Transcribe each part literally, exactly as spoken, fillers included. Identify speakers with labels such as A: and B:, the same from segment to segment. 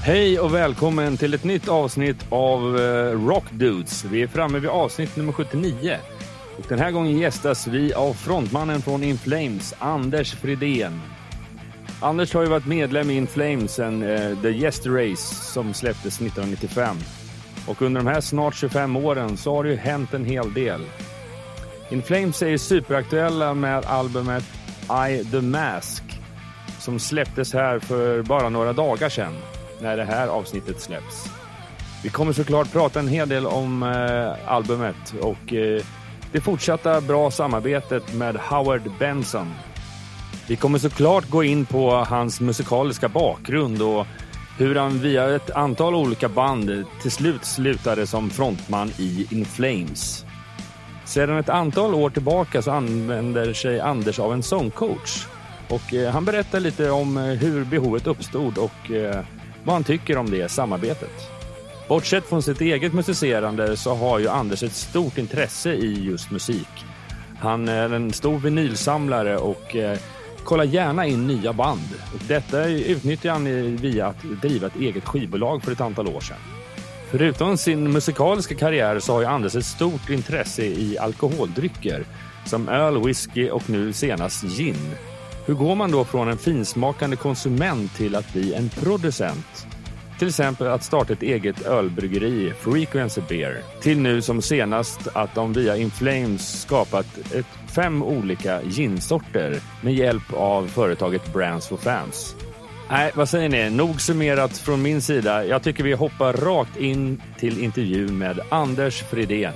A: Hej och välkommen till ett nytt avsnitt av uh, Rock Dudes. Vi är framme vid avsnitt nummer sjuttionio. Och den här gången gästas vi av frontmannen från In Flames, Anders Fridén. Anders har ju varit medlem i In Flames sedan uh, The Yesterdays som släpptes nittonhundranittiofem. Och under de här snart tjugofem åren så har det ju hänt en hel del. In Flames är ju superaktuella med albumet I The Mask som släpptes här för bara några dagar sedan när det här avsnittet släpps. Vi kommer såklart prata en hel del om eh, albumet och eh, det fortsatta bra samarbetet med Howard Benson. Vi kommer såklart gå in på hans musikaliska bakgrund och hur han via ett antal olika band till slut slutade som frontman i In Flames. Sedan ett antal år tillbaka så använder sig Anders av en sångcoach. Och eh, han berättar lite om eh, hur behovet uppstod och eh, vad han tycker om det samarbetet. Bortsett från sitt eget musicerande så har ju Anders ett stort intresse i just musik. Han är en stor vinylsamlare och eh, kollar gärna in nya band. Och detta utnyttjar han via att driva ett eget skivbolag för ett antal år sedan. Förutom sin musikaliska karriär så har ju Anders ett stort intresse i alkoholdrycker som öl, whisky och nu senast gin. Hur går man då från en finsmakande konsument till att bli en producent? Till exempel att starta ett eget ölbryggeri, Frequency Beer. Till nu som senast att de via In Flames skapat ett fem olika ginsorter med hjälp av företaget Brands for Fans. Nej, vad säger ni? Nog summerat från min sida. Jag tycker vi hoppar rakt in till intervjun med Anders Fridén.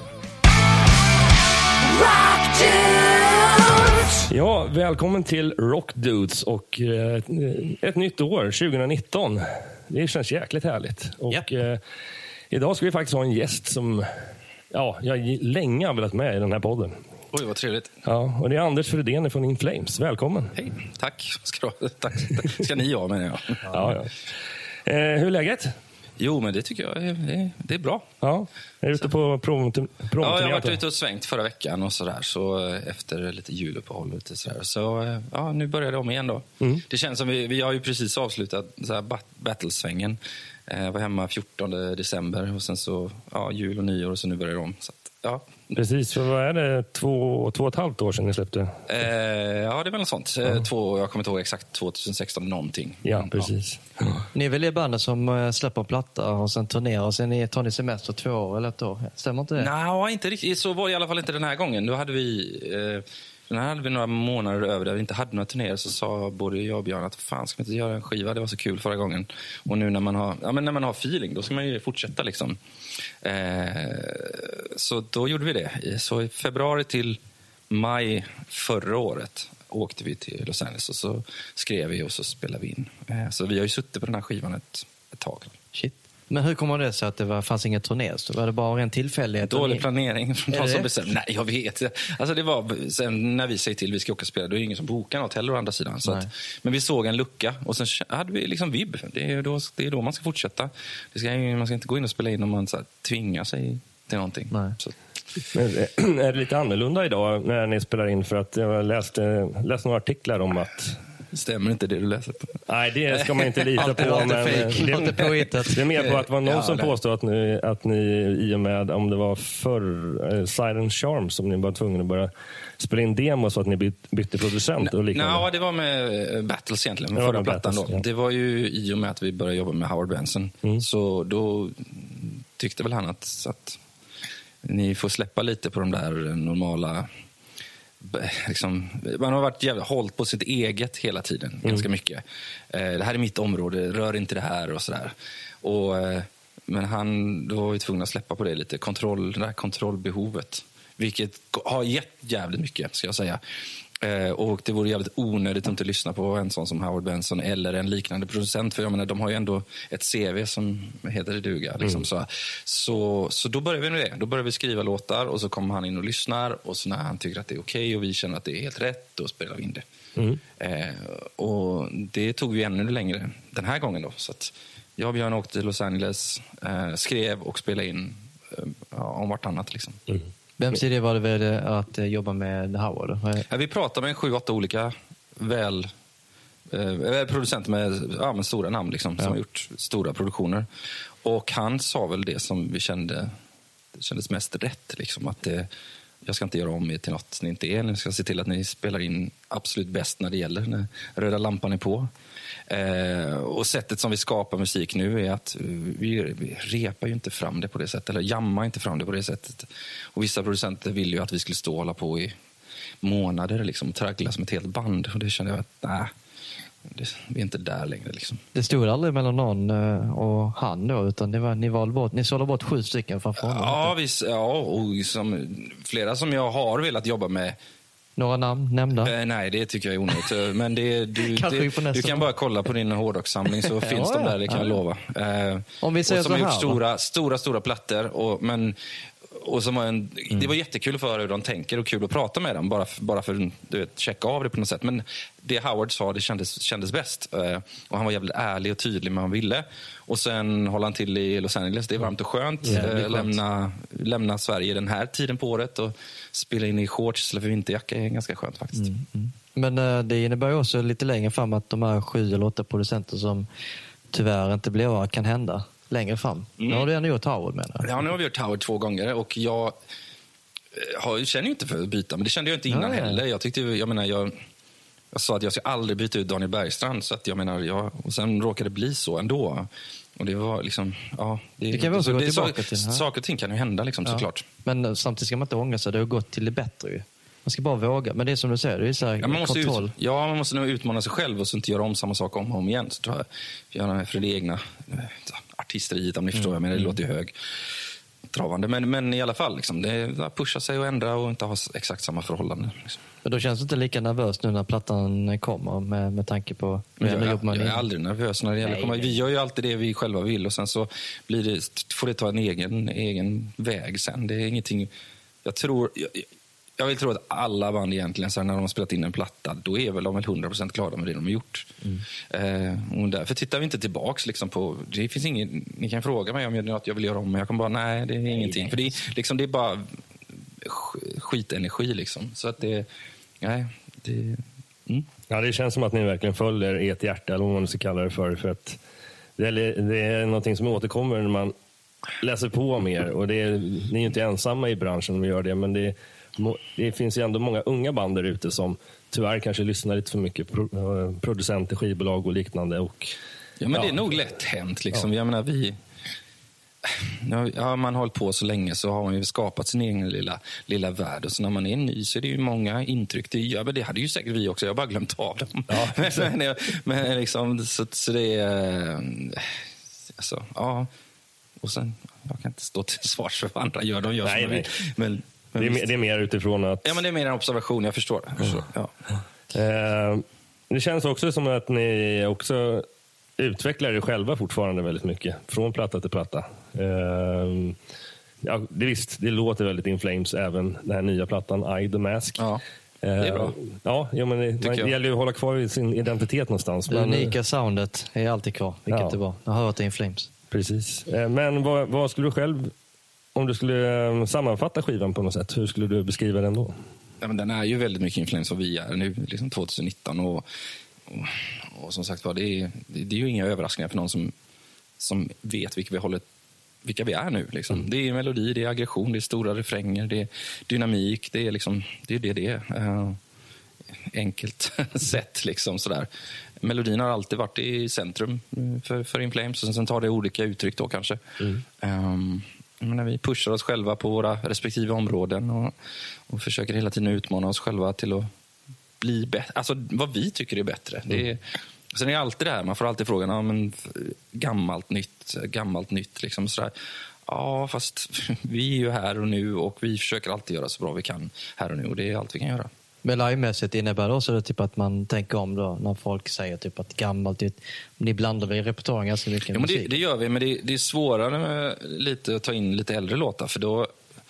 A: Ja, välkommen till Rock Dudes och eh, ett nytt år, tjugonitton. Det känns jäkligt härligt. Och yeah. eh, idag ska vi faktiskt ha en gäst som ja, jag länge har velat med i den här podden.
B: Oj, vad trevligt.
A: Ja, och det är Anders Fridén från In Flames. Välkommen.
B: Hej, tack. Ska, tack. Ska ni ha, menar jag.
A: Ja, ja. Eh, hur är läget?
B: Jo, men det tycker jag är, det, det är bra.
A: Ja, är du ute på prom?
B: Ja, jag har varit ute och svängt förra veckan och sådär. Så efter lite juluppehåll och sådär. Så ja, nu börjar det om igen då. Mm. Det känns som vi, vi har ju precis avslutat så här battlesvängen. Jag var hemma fjortonde december och sen så ja, jul och nyår och så nu börjar det om. Så att, ja.
A: Precis, för vad är det? Två, två och ett halvt år sedan ni släppte?
B: Eh, ja, det är väl något sånt. Ja. Två, jag kommer inte ihåg exakt, tjugohundrasexton någonting.
A: Ja, precis. Ja.
C: Ni är väl det bandet som släpper en platta och sen turnerar och sen tar ni semester två år eller ett år? Stämmer inte det?
B: Nej, inte riktigt. Så var det i alla fall inte den här gången. Då hade vi... Eh, den här hade vi några månader över där vi inte hade några turnéer, så sa både jag och Björn att fan, ska vi inte göra en skiva? Det var så kul förra gången. Och nu när man har, ja, men när man har feeling, då ska man ju fortsätta liksom. Eh, så då gjorde vi det. Så i februari till maj förra året åkte vi till Los Angeles och så skrev vi och så spelade vi in. Eh, så vi har ju suttit på den här skivan ett, ett tag.
C: Shit. Men hur kommer det sig att det var, fanns inga turnéer? Så var det bara en tillfällighet?
B: Dålig planering från de som bestämde. Nej, jag vet. Alltså det var sen när vi säger till vi ska åka och spela, då är det ingen som bokar något heller å andra sidan. Så att, men vi såg en lucka och sen hade vi liksom vibb. Det är då, det är då man ska fortsätta. Det ska, man ska inte gå in och spela in om man så här, tvingar sig till någonting.
C: Nej.
B: Så.
A: Men är det lite annorlunda idag när ni spelar in? För att jag läste, läste några artiklar om att...
B: Stämmer inte det du läser på?
A: Nej, det ska man inte lita på. Men det, det är mer på att det var någon ja, som nej. påstod att ni, att ni i och med, om det var för uh, Siren Charm som ni var tvungna att börja spela in demo så att ni byt, bytte producent och liknande.
B: Nej, det var med Battles egentligen, med förra med plattan Battles, då. Ja. Det var ju i och med att vi började jobba med Howard Benson. Mm. Så då tyckte väl han att, att ni får släppa lite på de där normala... Liksom, man har varit jävla hållt på sitt eget hela tiden, mm. ganska mycket. Eh, det här är mitt område, rör inte det här och sådär. Och, eh, men han, då var vi tvungna att släppa på det lite, kontroll, det där kontrollbehovet. Vilket har gett jävligt mycket, ska jag säga. Eh, och det vore jävligt onödigt att inte lyssna på en sån som Howard Benson eller en liknande producent. För jag menar, de har ju ändå ett C V som heter det duga. Liksom, mm. så, så, så då börjar vi med det. Då börjar vi skriva låtar och så kommer han in och lyssnar. Och så när han tycker att det är okej okay och vi känner att det är helt rätt, då spelar vi in det. Mm. Eh, och det tog vi ännu längre den här gången då. Så att jag och Björn åkte till Los Angeles, eh, skrev och spelade in eh, ja, om vartannat liksom.
C: Mm. Vems idé var det väl att jobba med Howard?
B: Ja, vi pratade med sju, åtta olika väl eh, producent med, ja, med stora namn liksom, ja. Som har gjort stora produktioner. Och han sa väl det som vi kände det kändes mest rätt. Liksom, att det, jag ska inte göra om er till något ni inte är. Ni ska se till att ni spelar in absolut bäst när det gäller, när röda lampan är på. Eh, och sättet som vi skapar musik nu är att vi, vi repar ju inte fram det på det sättet, eller jammar inte fram det på det sättet. Och vissa producenter vill ju att vi skulle stå och hålla på i månader liksom, traggla som ett helt band. Och det kände jag att nej, det, vi är inte där längre liksom.
C: Det stod aldrig mellan någon och han då, utan det var, ni valde bort, ni sålde bort sju stycken framför honom.
B: Ja, visst, ja, och som, flera som jag har velat jobba med.
C: Några namn nämnda?
B: Eh, nej, det tycker jag är onödigt. Men det, du, det, du kan bara kolla på din hårdrockssamling så finns ja, de där, det kan ja. jag lova. Eh,
C: Om vi säger
B: och som
C: så här,
B: har gjort stora, stora, stora plattor. Och, men, och som var en, mm. Det var jättekul för hur de tänker och kul att prata med dem. Bara för, bara för du vet, checka av det på något sätt. Men det Howard sa, det kändes, kändes bäst. Eh, och han var jävligt ärlig och tydlig med vad han ville. Och sen håller han till i Los Angeles. Det är varmt och skönt.
C: Ja, är skönt.
B: Lämna, lämna Sverige den här tiden på året och spela in i shorts eller för vinterjacka är ganska skönt faktiskt. Mm,
C: mm. Men uh, det innebär ju också lite längre fram att de här sju eller åtta producenter som tyvärr inte blev av kan hända längre fram. Mm. Nu har du ändå gjort Howard, menar jag.
B: Ja, nu har vi gjort Howard två gånger och jag har, känner ju inte för att byta, men det kände jag inte innan ja, heller. Jag tyckte, jag menar, jag, jag sa att jag ska aldrig byta ut Daniel Bergstrand, så att jag menar, jag, och sen råkade det bli så ändå. Och det var liksom, ja, det,
C: det kan vi också
B: så,
C: gå
B: det,
C: tillbaka
B: så,
C: till. Här.
B: Saker och ting kan ju hända liksom, ja. Såklart.
C: Men samtidigt ska man inte ångra sig, det har gått till det bättre ju. Man ska bara våga, men det är som du säger, det är så här,
B: ja, man måste
C: kontroll.
B: Ut, ja, man måste nog utmana sig själv och så inte göra om samma sak om och om igen. Så tror jag, göra för det egna artisteriet, om ni förstår, mm. men det låter ju hög travande. Men, men i alla fall, liksom, det är att pusha sig och ändra och inte ha exakt samma förhållanden. Liksom.
C: Men då känns det inte lika nervös nu när plattan kommer med, med tanke på...
B: Jag, jag, jag är aldrig nervös när det gäller. Nej, vi gör ju alltid det vi själva vill och sen så blir det, får det ta en egen, egen väg sen. Det är ingenting... Jag tror... Jag, jag vill tro att alla band egentligen, så när de har spelat in en platta, då är väl de väl hundra procent glada med det de har gjort. Mm. Eh, och därför tittar vi inte tillbaks liksom, på... Det finns ingen, ni kan fråga mig om jag, något jag vill göra om, men jag kan bara, nej, det är nej, ingenting. Nej. För det är, liksom, det är bara skitenergi liksom. Så att det... Nej, det... Mm.
D: Ja, det känns som att ni verkligen följer ert hjärta, eller vad man ska kalla det för. För att det är, det är någonting som återkommer när man läser på mer. Och det är, ni är ju inte ensamma i branschen om vi gör det, men det, det finns ju ändå många unga band där ute som tyvärr kanske lyssnar lite för mycket på producenter, skivbolag och liknande. Och,
B: ja, men ja. Det är nog lätt hänt liksom. Ja. Jag menar, vi... Ja, man har hållit på så länge så har man ju skapat sin egen lilla, lilla värld. Och så när man är ny så är det ju många intryck. Det, ja, men det hade ju säkert vi också. Jag har bara glömt av dem. Ja. men, men liksom, så, så det är... Alltså, ja. Och sen, jag kan inte stå till svars för vad andra gör. De gör
D: Nej,
B: som
D: nej.
B: Men, men
D: det, är, det är mer utifrån att...
B: Ja, men det är mer en observation. Jag förstår. Jag förstår. Ja.
D: Eh, det känns också som att ni också... utvecklar er själva fortfarande väldigt mycket. Från platta till platta. Uh, ja, det, visst, det låter väldigt In Flames, även den här nya plattan I The Mask.
B: Ja, det är bra. Uh,
D: ja, ja, men det, man, det gäller ju att hålla kvar sin identitet någonstans.
C: Det
D: men,
C: unika soundet är alltid kvar, vilket ja. det var. Jag har hört In Flames.
D: Precis. Uh, men vad, vad skulle du själv, om du skulle um, sammanfatta skivan på något sätt, hur skulle du beskriva den då?
B: Ja, men den är ju väldigt mycket In Flames, och vi är nu liksom tjugonitton och Och, och som sagt var, det är, det är ju inga överraskningar för någon som, som vet vilka vi, håller, vilka vi är nu. Liksom. Mm. Det är melodi, det är aggression, det är stora refränger, det är dynamik, det är liksom, det är det det är. Uh, enkelt sätt liksom sådär. Melodin har alltid varit i centrum för, för In Flames, och sen tar det olika uttryck då kanske. Mm. Um, när vi pushar oss själva på våra respektive områden och, och försöker hela tiden utmana oss själva till att bli bättre, alltså vad vi tycker är bättre. Mm. Det är, sen är det alltid det här, man får alltid frågan, ja, men gammalt nytt, gammalt nytt liksom sådär. Ja, fast vi är ju här och nu och vi försöker alltid göra så bra vi kan här och nu, och det är allt vi kan göra.
C: Men livemässigt innebär det också det typ att man tänker om då när folk säger typ att gammalt nytt, ni blandar väl i repertoaren ganska mycket
B: ja, men det, det gör vi, men det, det är svårare med lite att ta in lite äldre låtar, för då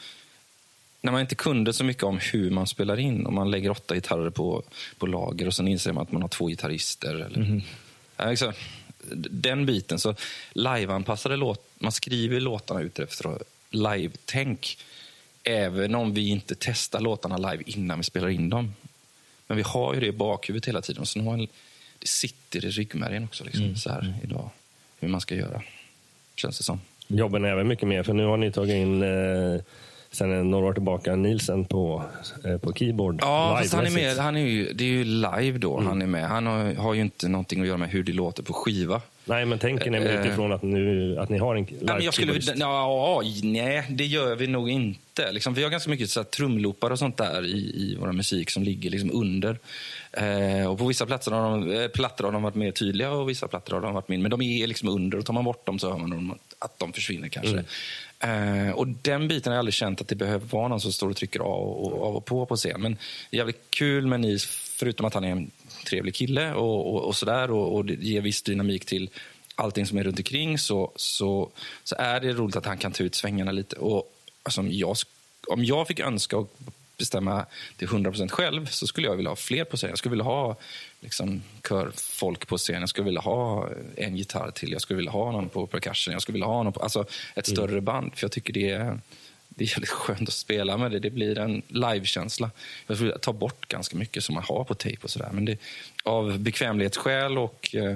B: när man inte kunde så mycket om hur man spelar in, och man lägger åtta gitarrer på, på lager och sen inser man att man har två gitarrister. Eller, mm. alltså, den biten, så live-anpassade låt, man skriver låtarna ut efter live-tänk, även om vi inte testar låtarna live innan vi spelar in dem. Men vi har ju det i bakhuvudet hela tiden. Så man, det sitter i ryggmärgen också liksom, mm. så här idag. Hur man ska göra, känns det som.
D: Jobben är även mycket mer, för nu har ni tagit in eh, sen några år tillbaka Nielsen på, eh, på keyboard.
B: Ja, fast han är med, han är ju, det är ju live då mm. han är med. Han har, har ju inte någonting att göra med hur det låter på skiva.
D: Nej, men tänker ni uh, utifrån att, nu, att ni har en live
B: nej, jag skulle, ja, nej, det gör vi nog inte. Liksom, vi har ganska mycket så här, trumloopar och sånt där i, i vår musik som ligger liksom under. Eh, och på vissa platser har de, eh, plattor har de varit mer tydliga och vissa plattor har de varit mindre. Men de är liksom under och tar man bort dem så hör man att de försvinner kanske. Mm. Eh, och den biten har jag aldrig känt att det behöver vara någon som står och trycker av och, av och på på scen. Men det är jävligt kul med Nils, förutom att han är en trevlig kille och, och, och sådär och, och det ger viss dynamik till allting som är runt omkring så, så, så är det roligt att han kan ta ut svängarna lite. Och alltså, jag, om jag fick önska och bestämma till hundra procent själv så skulle jag vilja ha fler på scen. Jag skulle vilja ha liksom, körfolk på scen. Jag skulle vilja ha en gitarr till. Jag skulle vilja ha någon på percussion. Jag skulle vilja ha någon på, alltså, ett mm. större band. För jag tycker det är, det är väldigt skönt att spela med det. Det blir en livekänsla. Jag skulle ta bort ganska mycket som man har på tape och sådär. Men det, av bekvämlighetsskäl och eh,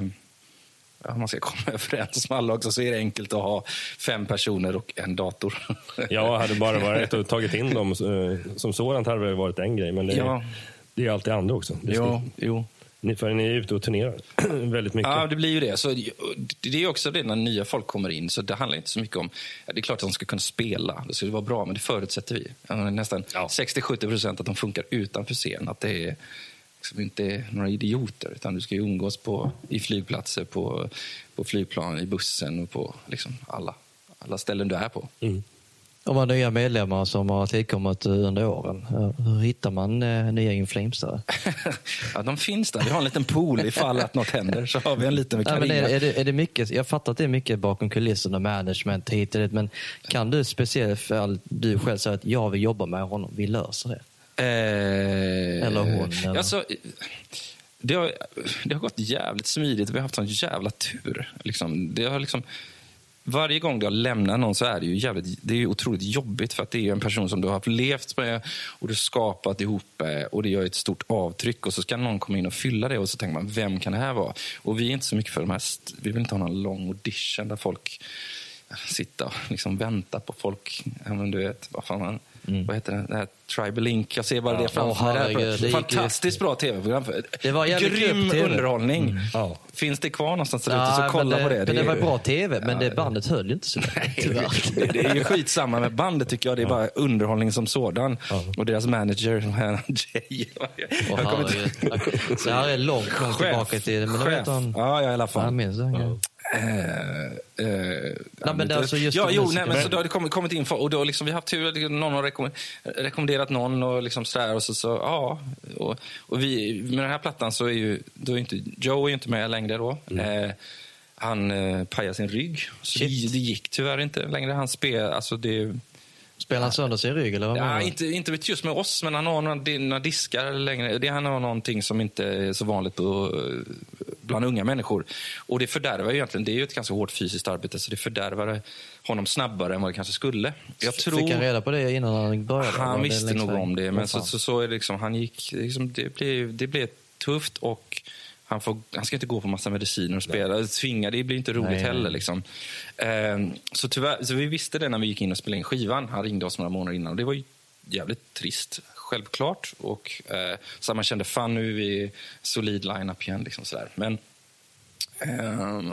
B: ja, man ska komma överens med alla också så är det enkelt att ha fem personer och en dator.
D: Ja, hade bara varit och tagit in dem som sådant hade det varit en grej. Men det är, ja. det är alltid andra också. Det
B: ja, jo.
D: Ni, för ni är ute och turnerar väldigt mycket.
B: Ja, det blir ju det. Så det är också det när nya folk kommer in. Så det handlar inte så mycket om... Ja, det är klart att de ska kunna spela. Det ska vara bra, men det förutsätter vi. Nästan ja. sextio till sjuttio procent att de funkar utanför scen. Att det är... som inte är några idioter, utan du ska ju umgås på, i flygplatser, på, på flygplan, i bussen och på liksom alla, alla ställen du är på. Mm.
C: Och vad nya medlemmar som har tillkommit under åren, hur hittar man eh, nya In-Flames där?
B: Ja, de finns där. Vi har en liten pool ifall att något händer, så har vi en liten med
C: ja, men är, är, det, är det mycket, jag fattar att det är mycket bakom kulisserna, management hit och dit, men kan du speciellt för du själv säga att jag vill jobba med honom, vi löser det?
B: Eh,
C: eller hon eller?
B: Alltså, det, har, det har gått jävligt smidigt. Vi har haft sån jävla tur liksom. Det har liksom, varje gång du har lämnat någon så är det ju jävligt, det är ju otroligt jobbigt för att det är en person som du har levt med och du skapat ihop och det gör ett stort avtryck och så ska någon komma in och fylla det och så tänker man, vem kan det här vara? Och vi är inte så mycket för de här, vi vill inte ha någon lång audition där folk sitter och liksom väntar på folk. Ja, men du vet, vad fan man Mm. vad heter det? Det här Tribal Inc. Jag ser bara ja, det framför mig. Det, det fantastiskt bra tv-program.
C: Det var
B: grym underhållning. Mm. Ja. Finns det kvar någonstans där ute så kolla
C: det,
B: på det. Det,
C: men det
B: är,
C: var bra tv, men det bandet höll ju inte så
B: länge. det, det är ju skitsamma med bandet tycker jag. Det är bara underhållning som sådan. Ja. Och deras manager, Jay.
C: Oh, så här är långt, långt tillbaka till det. Men
B: chef. Han, ja, ja, i alla fall.
C: Jag minns det. Ja.
B: Uh, uh,
C: nej, men det alltså just
B: ja, jo, nej, men så då har det kommit, kommit in och då liksom vi har haft tur, någon har rekomm- rekommenderat någon och liksom så där och så, så ja och, och vi med den här plattan så är ju då är inte Joe är ju inte med längre då. Mm. Uh, han uh, pajade sin rygg så det, det gick tyvärr inte längre han spel alltså det
C: spelar han sönder sin rygg eller vad
B: ja, inte inte vet just med oss men han har några, några diskar längre det han har någonting som inte är så vanligt på bland unga människor. Och det fördärvar ju egentligen, det är ju ett ganska hårt fysiskt arbete så det fördärvar honom snabbare än vad det kanske skulle. Jag tror,
C: fick han reda på det innan han började?
B: Han visste nog om det, men så, så, så är det liksom, han gick, liksom, det, blev, det blev tufft och han, får, han ska inte gå på massa mediciner och spela, tvinga, det blir inte roligt nej, heller. Liksom. Um, så tyvärr, så vi visste det när vi gick in och spelade in skivan. Han ringde oss några månader innan och det var ju jävligt trist. Självklart och eh, så man kände fan nu är vi solid line-up igen liksom sådär. Men eh,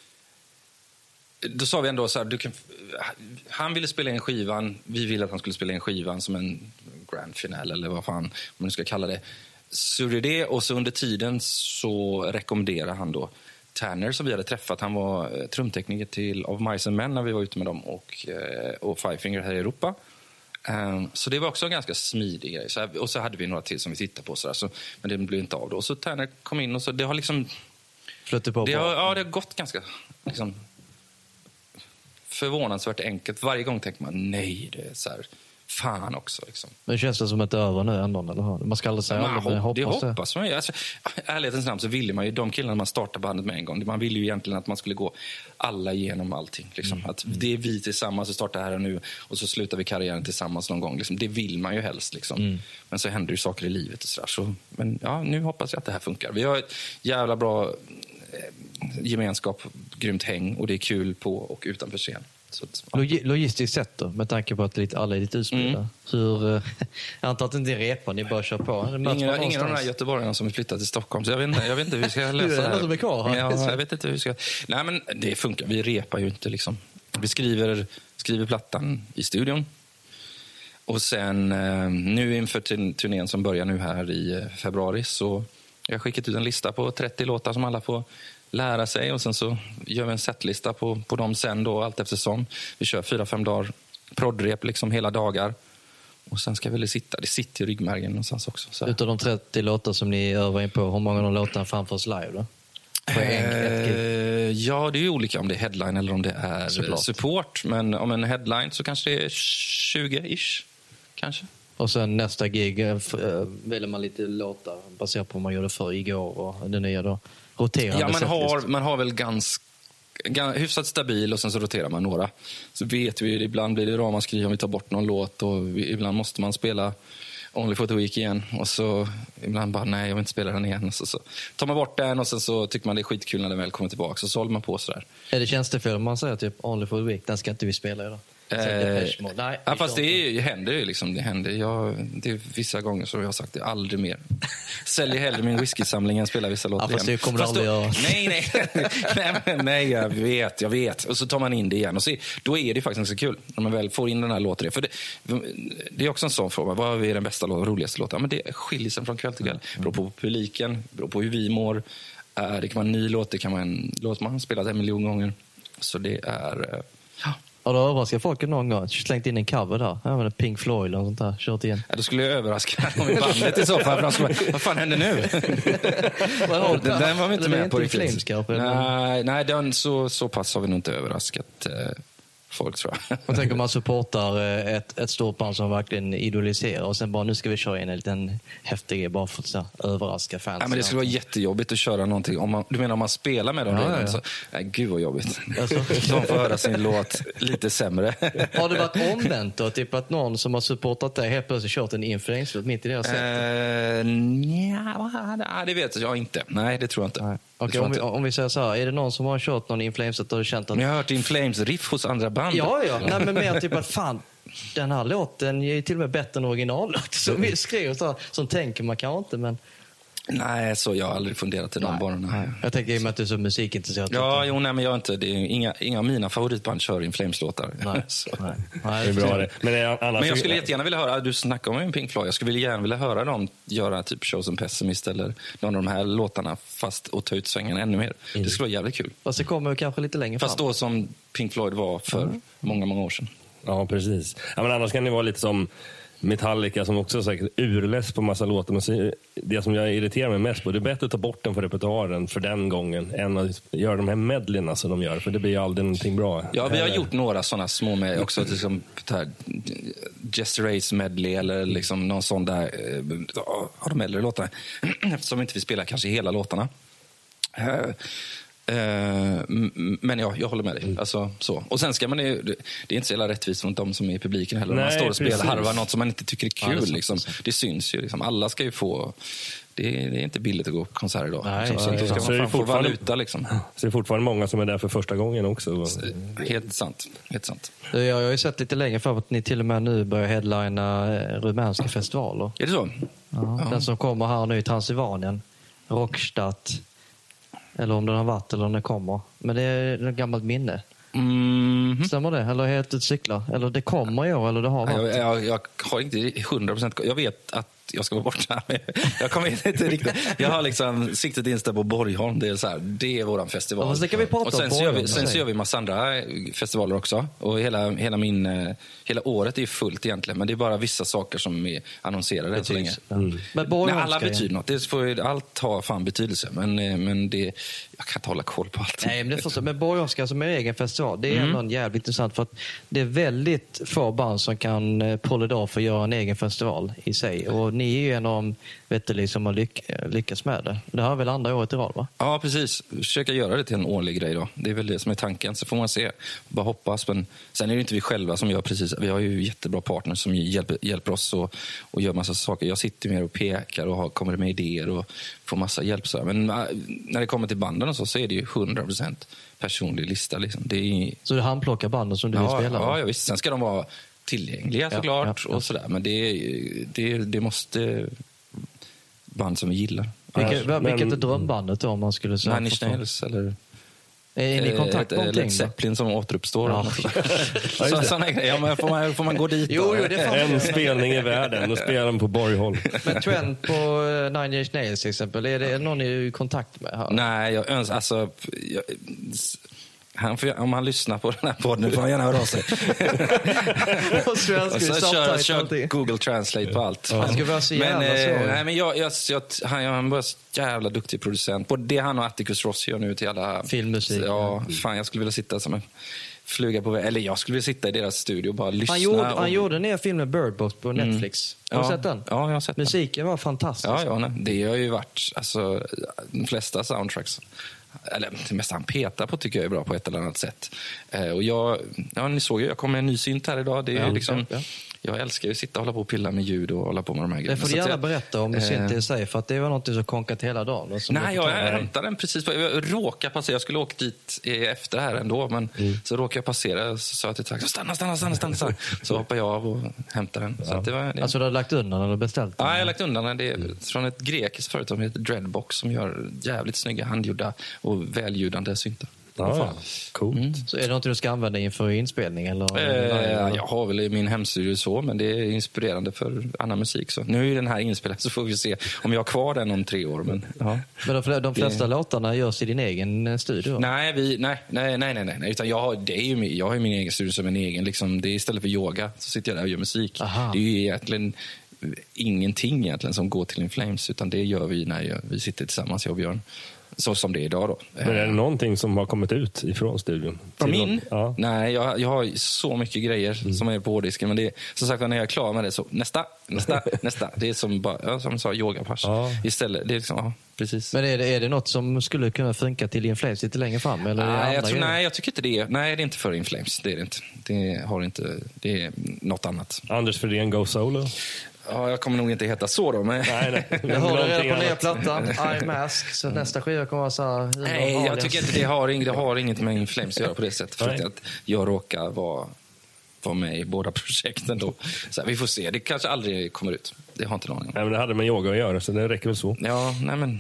B: då sa vi ändå så här, du kan, han ville spela in skivan, vi ville att han skulle spela in skivan som en grand final eller vad fan man ska kalla det. Så det är det och så under tiden så rekommenderade han då Tanner som vi hade träffat. Han var trumtekniker till Of Mice and Men när vi var ute med dem och, och Five Finger här i Europa. Um, så det var också en ganska smidig grej. Så här, och så hade vi några till som vi tittade på. Så där, så, men det blev inte av då. Och så Tanner kom in och så det har liksom...
C: Flyttat på
B: det har, ja, det har gått ganska liksom, förvånansvärt enkelt. Varje gång tänker man nej, det är så här fan också. Liksom.
C: Men känns det som att det är över nu ändå? Eller? Man ska aldrig säga
B: man,
C: aldrig, men
B: hoppas
C: hoppas
B: det. Hoppas man. Alltså, ärlighetens namn så ville man ju, de killarna man startar bandet med en gång, man ville ju egentligen att man skulle gå alla igenom allting. Liksom. Mm. Att det är vi tillsammans som startar här och nu och så slutar vi karriären tillsammans någon gång. Liksom. Det vill man ju helst. Liksom. Mm. Men så händer ju saker i livet och sådär. Så, men ja, nu hoppas jag att det här funkar. Vi har ett jävla bra gemenskap, grymt häng och det är kul på och utanför scen. Så, ja.
C: Log- logistiskt sett då, med tanke på att lite, alla är lite utspridda. Mm. Hur, jag antar att det inte är repa, ni bara kör på.
B: Ingen, ingen av de här göteborgarna som vill flytta till Stockholm, så jag vet inte, jag vet inte hur vi ska lösa det här.
C: Som är kvar här.
B: Ja, jag vet inte hur vi ska... Nej, men det funkar. Vi repar ju inte liksom. Vi skriver, skriver plattan i studion. Och sen nu inför turnén som börjar nu här i februari så jag har skickat ut en lista på trettio låtar som alla får lära sig och sen så gör vi en setlista på, på dem sen då allt eftersom. Vi kör fyra, fem dagar proddrep liksom hela dagar och sen ska vi sitta, det sitter i ryggmärgen någonstans också. Så.
C: Utav de trettio låtar som ni övar in på, hur många av de låtarna framförs live då?
B: Eh, ja, det är ju olika om det är headline eller om det är Såklart. support, men om en headline så kanske det är tjugo-ish kanske.
C: Och sen nästa gig äh, väljer man lite låtar baserat på vad man gjorde för igår och det nya då. Roterande
B: ja, man har, man har väl ganska, ganska hyfsat stabil och sen så roterar man några. Så vet vi, ibland blir det ramaskri om vi tar bort någon låt och vi, ibland måste man spela Only for the Week igen och så ibland bara nej, jag vill inte spela den igen. Så, så tar man bort den och sen så tycker man det är skitkul när den väl kommer tillbaka så, så håller man på sådär.
C: Är det tjänstefel om man säger typ Only for the Week, den ska inte vi spela idag?
B: Eh, Nej, ja, fast det är, händer ju liksom, det händer. Jag, det är vissa gånger så jag har sagt det aldrig mer. Säljer hellre min whiskysamling än spelar vissa låtar.
C: Ja, fast det kommer fast aldrig då,
B: nej, nej, nej, nej, jag vet, jag vet. Och så tar man in det igen och så, då är det faktiskt så kul när man väl får in den här låten. För det, det är också en sån fråga, vad är den bästa låten, roligaste låten? Men det skiljer sig från kväll till kväll. Det beror på publiken, beror på hur vi mår. Det kan vara en ny låt, det kan vara en låt man har spelat en miljon gånger. Så det är... Ja.
C: Har du överraskat folk någon gång? Slängt in en cover där? Ja, men Pink Floyd eller sånt där. Kört igen.
B: Ja, då skulle jag överraska dem i bandet i så fall. För de skulle, vad fan händer nu? den, den var vi inte med på riktigt. Nej, nej den, så, så pass har vi nog inte överraskat eh, folk, tror jag.
C: Man tänker man supportar ett, ett stort band som verkligen idoliserar och sen bara nu ska vi köra in en liten häftig grej bara för att så, överraska fans.
B: Ja, men det skulle vara jättejobbigt att köra någonting. Om man, du menar om man spelar med dem ja, redan? Ja. Så, nej, gud vad jobbigt. Alltså. De får höra sin låt lite sämre.
C: Har det varit omvänt då? Typ att någon som har supportat det helt plötsligt kört en influenslåt mitt i deras sätt?
B: Uh, nja, det vet jag inte. Nej, det tror jag inte. Nej.
C: Okej, om vi, om vi säger så här, är det någon som har kört någon In Flames och känt att...
B: Men jag har hört In Flames riff hos andra band.
C: Ja, ja. Nej, men mer typ att fan, den här låten är till och med bättre än originallåt. Så vi skriver så här, som tänker man kanske inte, men...
B: Nej, så jag har aldrig funderat i de banorna.
C: Jag tänker i och med att du är så musikintresserad.
B: Ja, jo, nej, men jag är inte. Det är inga, inga av mina favoritband kör In Flames-låtar.
C: Nej, nej.
D: nej, det är bra det. Men, det
B: annars... men jag skulle jättegärna vilja höra, du snackar om en Pink Floyd, jag skulle gärna vilja höra dem göra typ Chosen Pessimist eller någon av de här låtarna fast och ta ut svängarna ännu mer. Mm. Det skulle vara jävligt kul.
C: Fast det kommer kanske lite längre fram.
B: Fast då som Pink Floyd var för mm. många, många år sedan.
D: Ja, precis. Ja, men annars kan det vara lite som Metallica som också är säkert urless på massa låtar. Men det som jag irriterar mig mest på, det är bättre att ta bort den för repertoaren för den gången än att göra de här medleyna som de gör, för det blir ju aldrig någonting bra.
B: Ja, vi har gjort några sådana små med också, liksom Just Race medley eller liksom någon sån där har de äldre låtar eftersom vi inte vill spela kanske hela låtarna. Uh, men ja, jag håller med dig. Alltså, så. Och sen ska man ju, det, det är inte så jävla rättvist mot de som är i publiken heller. Nej, man står och spelar harva något som man inte tycker är kul. Ja, det, är liksom. Det syns ju. Liksom. Alla ska ju få... Det är, det är inte billigt att gå på konserter då.
C: Nej,
B: så, så
C: nej,
B: då ska man fan få valuta. Liksom.
D: Så det är fortfarande många som är där för första gången också.
B: Så, helt sant. Helt sant.
C: Jag, jag har ju sett lite längre för att ni till och med nu börjar headlina rumänska festivaler.
B: Är det så?
C: Ja, ja. Den som kommer här nu i Transylvanien. Rockstadt. Eller om den har varit eller om den kommer. Men det är ett gammalt minne.
B: Mm.
C: Stämmer det? Eller helt ut cyklar? Eller det kommer ju eller det har varit?
B: Jag, jag, jag har inte hundra procent. Jag vet att jag ska vara borta. Jag kommer inte riktigt. Jag har liksom siktet inställt på Borgholm. Det är så här, det är våran festival.
C: Och, så kan vi prata
B: och sen,
C: om
B: så gör vi,
C: Borgholm,
B: sen så gör vi massa andra festivaler också. Och hela, hela, min, hela året är fullt egentligen. Men det är bara vissa saker som är annonserade än så länge.
C: Mm. Men
B: Nej, alla betyder något. Det får, allt har fan betydelse. Men, men det, jag kan inte hålla koll på allt.
C: Nej, men det förstår. Men Borgholmska som är egen festival, det är mm. ändå jävligt intressant. För att det är väldigt få band som kan pull it off för att göra en egen festival i sig. Och ni är ju en av dem, vet du, som har lyck, lyckats med det. Det har väl andra året i rad, va?
B: Ja, precis. Försöka göra det till en årlig grej då. Det är väl det som är tanken. Så får man se. Bara hoppas. Men sen är det inte vi själva som gör precis. Vi har ju jättebra partners som hjälper, hjälper oss och, och gör massa saker. Jag sitter mer och pekar och har, kommer med idéer och får massa hjälp. Så. Men när det kommer till banden och så, så är det ju hundra procent personlig lista. Liksom. Det är...
C: Så du handplockar banden som du
B: ja,
C: vill spela?
B: Ja, ja, visst. Sen ska de vara tillgängliga såklart. Ja, ja, ja. Och sådär. Men det, det, det måste band som vi gillar.
C: Vilket, men, vilket är drömbandet då om man skulle säga?
B: Nine Inch Nails eller...
C: Är ni i kontakt med någonting?
B: Led Zeppelin som återuppstår.
C: Ja.
B: så, såna grejer. Ja, men får, man, får man gå dit?
C: Jo, jo, det är
D: en spelning i världen. Då spelar de på Borgholm.
C: Men Trent på Nine Inch Nails till exempel, är det någon ni är i kontakt med här?
B: Nej, jag önskar... Alltså, jag, han får, om han lyssnar på den här podden får han gärna höra av sig.
C: och så,
B: och så kör, kör Google Translate på allt.
C: Ja. Han ska vara så jävla
B: men,
C: så.
B: Eh, nej, men jag, jag, jag, han, han var så jävla duktig producent. Både det han och Atticus Ross gör nu till alla...
C: Filmmusik.
B: Ja, fan, jag skulle vilja sitta som en fluga på väg. Eller jag skulle vilja sitta i deras studio och bara lyssna.
C: Han gjorde,
B: och...
C: han gjorde ner filmen Bird Box på Netflix. Mm. Har du
B: ja.
C: sett den?
B: Ja, jag har sett den.
C: Musiken var fantastisk.
B: Ja, ja nej. Det har ju varit... Alltså, de flesta soundtracks... Eller det mesta han petar på tycker jag är bra på ett eller annat sätt. Eh, och jag, ja, ni såg ju, jag kom med en ny synt här idag. Det är
C: ja,
B: liksom,
C: ja.
B: Jag älskar ju att sitta och hålla på och pilla med ljud och hålla på med de här grejerna.
C: Det får du gärna jag, berätta om synt i sig, för att det var något som konkat hela dagen.
B: Nej, jag, jag hämtade den precis på, jag råkade passera, jag skulle åka dit efter här ändå, men mm. så råkade jag passera, så sa jag till taxi, stanna, stanna, stanna, stanna, stanna. Så hoppade jag av och hämtade den.
C: Ja.
B: Så att det var, det...
C: Alltså du har lagt undan eller beställt den?
B: Ja, jag har lagt undan den. Det är från ett grekiskt företag som heter Dreadbox som gör jävligt snygga handgjorda och välljudande syntar.
D: Ja, ja. Coolt. Mm.
C: Så är det något du ska använda inför inspelning? Eller?
B: Eh, jag har väl i min hemstudio så, men det är inspirerande för annan musik. Så. Nu är ju den här inspelad så får vi se om jag har kvar den om tre år. Men, ja.
C: men de, de flesta det... låtarna görs i din egen studio?
B: Nej, vi, nej, nej, nej, nej, nej. Utan jag, har, det är ju, jag har ju min egen studio som en egen. Liksom, det är istället för yoga så sitter jag där och gör musik. Aha. Det är ju egentligen ingenting egentligen som går till In Flames, utan det gör vi när jag, vi sitter tillsammans, jag och Björn. Så som det är idag då.
D: Men är det någonting som har kommit ut ifrån studion?
B: Från min? Ja. Nej, jag, jag har så mycket grejer mm. som är på disken. Men det är, som sagt, när jag är klar med det så nästa, nästa, nästa. Det är som bara, ja, som jag sa, yogapass. Ja. Istället, det är liksom, ja, precis.
C: Men är det, är det något som skulle kunna funka till In Flames lite längre fram? Eller
B: nej, jag tror, nej, jag tycker inte det. Nej, det är inte för In Flames. Det är det inte. Det har inte, det är något annat.
D: Anders Fredén, Go Solo?
B: Ja, jag kommer nog inte heta så då. Men...
D: Nej, nej.
C: Jag har det redan på nya plattan, I Mask. Så mm. nästa skiva kommer vara så här...
B: Nej, jag tycker inte det har, det har inget med In Flames att göra på det sättet. För att jag råkar vara, vara med i båda projekten då. Så här, vi får se. Det kanske aldrig kommer ut. Det har inte någon aning om.
D: Nej, men det hade med yoga att göra, så det räcker väl så.
B: Ja, nej men...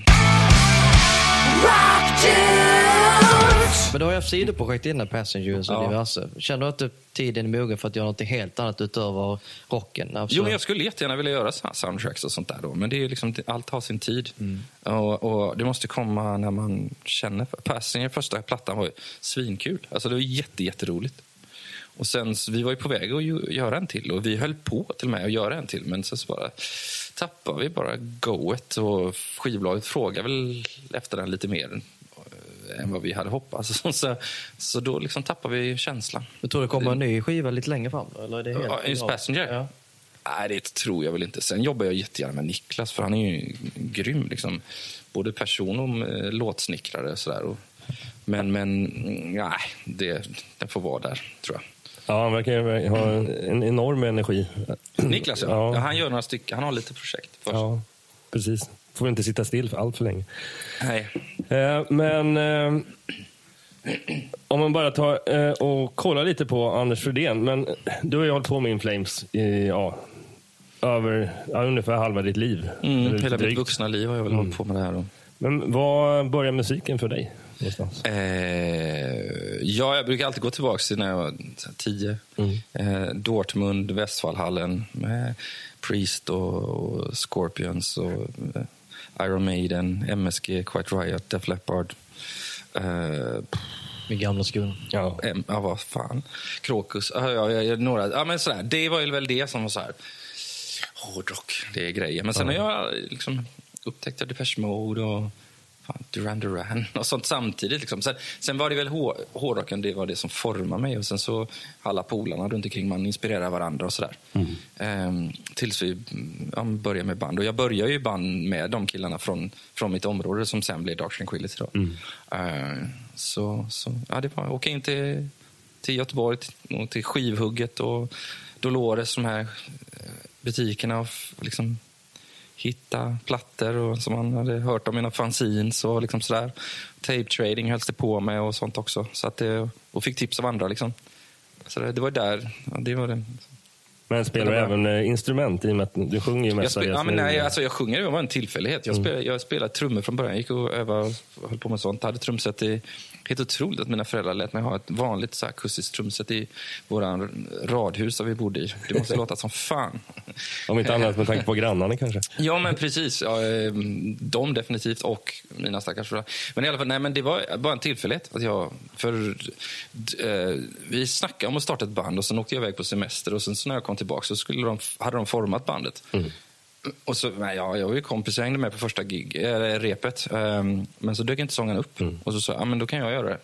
C: Men du har ju haft sidoprojekt innan Passengers och ja. diverse. Känner du att tiden är mogen för att göra något helt annat utöver rocken? Alltså...
B: Jo, men jag skulle jättegärna vilja göra så här soundtracks och sånt där då. Men det är liksom, allt har sin tid. Mm. Och, och det måste komma när man känner. Passenger, första plattan var ju svinkul. Alltså det var jätte, jätteroligt. Och sen, vi var ju på väg att göra en till. Och vi höll på till och med att göra en till. Men så bara tappade vi bara goet. Och skivbolaget frågade väl efter den lite mer än vad vi hade hoppats. Så, så då liksom tappar vi känslan.
C: Jag tror det kommer en ny skiva lite längre fram? Eller är det helt
B: ja, just Passenger? Ja. Nej, det tror jag väl inte. Sen jobbar jag jättegärna med Niklas, för han är ju grym. Liksom. Både person och äh, låtsnickrare och sådär. Och, men, men nej, det, det får vara där, tror jag.
D: Ja, han verkar ha en enorm energi.
B: Niklas, ja. Ja. Ja, han gör några stycken. Han har lite projekt först.
D: Ja, precis. Får inte sitta still för allt för länge.
B: Nej.
D: Eh, men eh, om man bara tar eh, och kollar lite på Anders Fredén. Men du har ju hållit på med In Flames i ja, över ja, ungefär halva ditt liv.
B: Mm, hela mitt vuxna liv har jag väl mm. hållit på med det här. Och...
D: Men var börjar musiken för dig någonstans?
B: Eh, ja, jag brukar alltid gå tillbaka till när jag var tio. Mm. Eh, Dortmund, Westfallhallen med Priest och, och Scorpions och eh, Iron Maiden, M S G, Quiet Riot, Def Leppard. Eh,
C: Med gamla skor.
B: Ja, em, ja, vad fan. Krokus. Ja, ja, ja, några. Ja, men sådär. Det var väl det som var så här. Hårdrock, det är grejer. Men sen har jag liksom upptäckt Depeche Mode och fan, Duran Duran och sånt samtidigt. Liksom. Sen, sen var det väl hår, hårdrocken, det var det som formade mig. Och sen så alla polarna runt omkring, man inspirerar varandra och sådär. Mm. Ehm, tills vi ja, började med band. Och jag började ju band med de killarna från, från mitt område som sen blev Dark Tranquillity då. Mm. Ehm, så, så ja, det var åka in till, till Göteborg till, till Skivhugget och Dolores, de här butikerna och liksom hitta plattor och som man hade hört om mina fanzines och liksom sådär. Tape trading hölls det på med och sånt också. Så att det, och fick tips av andra liksom. Så det, det var där. Ja, det var det.
D: Men spelar du även instrument i och med att du sjunger ju mest?
B: Jag, spel, ja, men nej, alltså jag sjunger, det var en tillfällighet. Jag,
D: mm.
B: spelade, jag spelade trummor från början. Jag gick och övade och höll på med sånt. Jag hade trumset i... Helt otroligt att mina föräldrar lät mig ha ett vanligt så här akustiskt trumset i våra radhus där vi bodde i. Det måste låta som fan.
D: Om inte annat med tanke på grannarna kanske.
B: Ja, men precis. Ja, de definitivt och mina stackars föräldrar. Men i alla fall, nej, men det var bara en tillfällighet. Att jag, för, äh, vi snackade om att starta ett band och sen åkte jag iväg på semester. Och sen så när jag kom tillbaka så skulle de, hade de format bandet. Mm. Och så, nej, ja, jag var ju kompis, jag hängde med på första gig, äh, repet. Um, men så dök inte sången upp. Mm. Och så sa ja, men då kan jag göra det.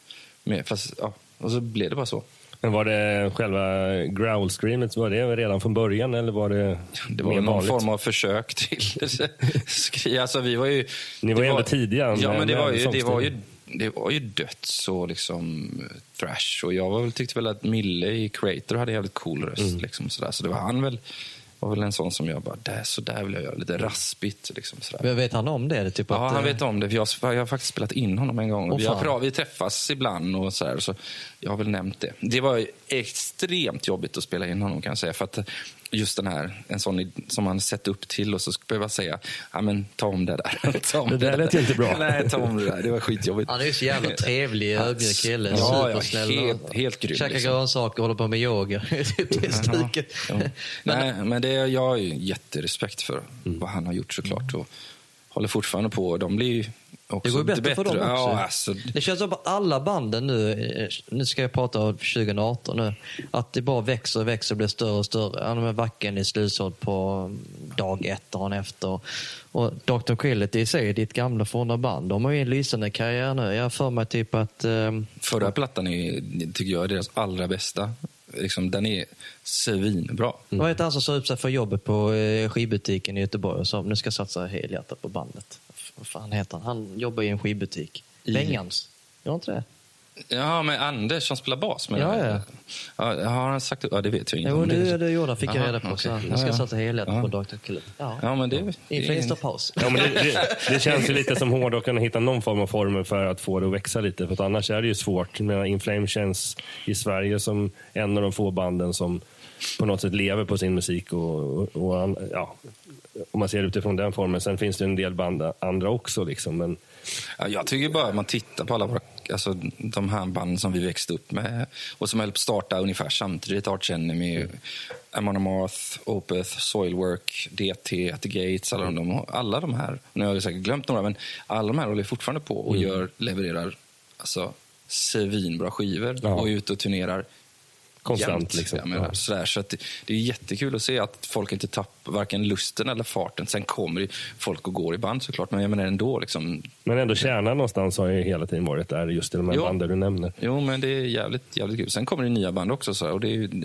B: Med, fast, ja, och så blev det bara så.
D: Men var det själva growl-screamet, var det redan från början eller var det
B: Det var någon vanligt? Form av försök till skri. Alltså vi var ju...
D: Ni var ju ändå tidiga.
B: Ja, men det var ju, det var ju, det var ju dött så liksom thrash. Och jag var väl, tyckte väl att Mille i Creator hade jävligt cool röst. Mm. Liksom, sådär. Så det var han väl... var väl en sån som jag bara, där, så där vill jag göra, lite raspigt liksom, sådär.
C: Men vet han om det? det typ
B: ja,
C: att,
B: han vet om det. Jag, jag har faktiskt spelat in honom en gång.
C: Oh,
B: vi, har, vi träffas ibland och sådär, så jag har väl nämnt det. Det var extremt jobbigt att spela in honom kan jag säga, för att just den här, en sån som man sett upp till och så skulle jag säga, ja men ta om det där. Ta om
D: det där lät inte bra.
B: Nej, ta om det där, det var skitjobbigt.
C: Han är ju så jävla trevlig, ödmjuk kille,
B: ja,
C: supersnäll.
B: Ja, helt, helt grym.
C: Käkar
B: liksom.
C: grönsaker, håller på med yoga. Det är stuket.
B: Ja. men, Nej, men det är jag ju jätterespekt för mm. vad han har gjort såklart och håller fortfarande på. De blir ju också
C: det går bättre,
B: bättre
C: för dem också.
B: Ja, alltså.
C: Det känns som att alla banden nu, nu ska jag prata om tjugo arton nu, att det bara växer och växer och blir större och större. Han är med Vacken i slutsåld på dag ett och efter. Och doktor Tranquillity i sig, ditt gamla forna band, de har ju en lysande karriär nu. Jag har för mig typ att... Um,
B: Förra plattan är, tycker jag är deras allra bästa. Liksom, den är svinbra.
C: Mm. Vad heter han som sa upp sig för jobbet på eh, skivbutiken i Göteborg och sa nu ska jag satsa helhjärtat på bandet? Vad fan heter han? Han jobbar i en skivbutik. I... Bengans. Gör inte det?
B: Ja, med Anders som spelar bas. Men
C: ja, ja.
B: ja. Har han sagt ja, det vet jag inte.
C: Jo, det, det gjorde han. Fick jag reda på.
B: Okay.
C: Så nu ska jag satsa helhjärtat ja. på doktor Kullet. Ja.
B: ja, men det...
C: Inför Insta-paus.
D: Ja, men det, det, det känns ju lite som hårdrocken att hitta någon form av former för att få det att växa lite. För att annars är det ju svårt. In Flames känns i Sverige som en av de få banden som på något sätt lever på sin musik och, och, och ja, om man ser utifrån den formen. Sen finns det en del band andra också liksom, men
B: ja, jag tycker bara att man tittar på alla våra, alltså, de här banden som vi växte upp med och som höll på att starta ungefär samtidigt. Arch Enemy, mm. Amon Amarth, Opeth, Soilwork, D T, At the Gates, alla de, alla de här, nu har jag säkert glömt några, men alla de här håller fortfarande på och mm. gör, levererar alltså svinbra skivor ja. och ut och turnerar
D: konstant
B: jämt,
D: liksom.
B: Jag menar, sådär, så att det, det är jättekul att se att folk inte tappar varken lusten eller farten. Sen kommer det folk och går i band såklart, men jag menar ändå liksom. Men
D: ändå kärnan någonstans har ju hela tiden varit där, just i de här jo, banden du nämner.
B: Jo, men det är jävligt, jävligt kul. Sen kommer det nya band också så, och det är ju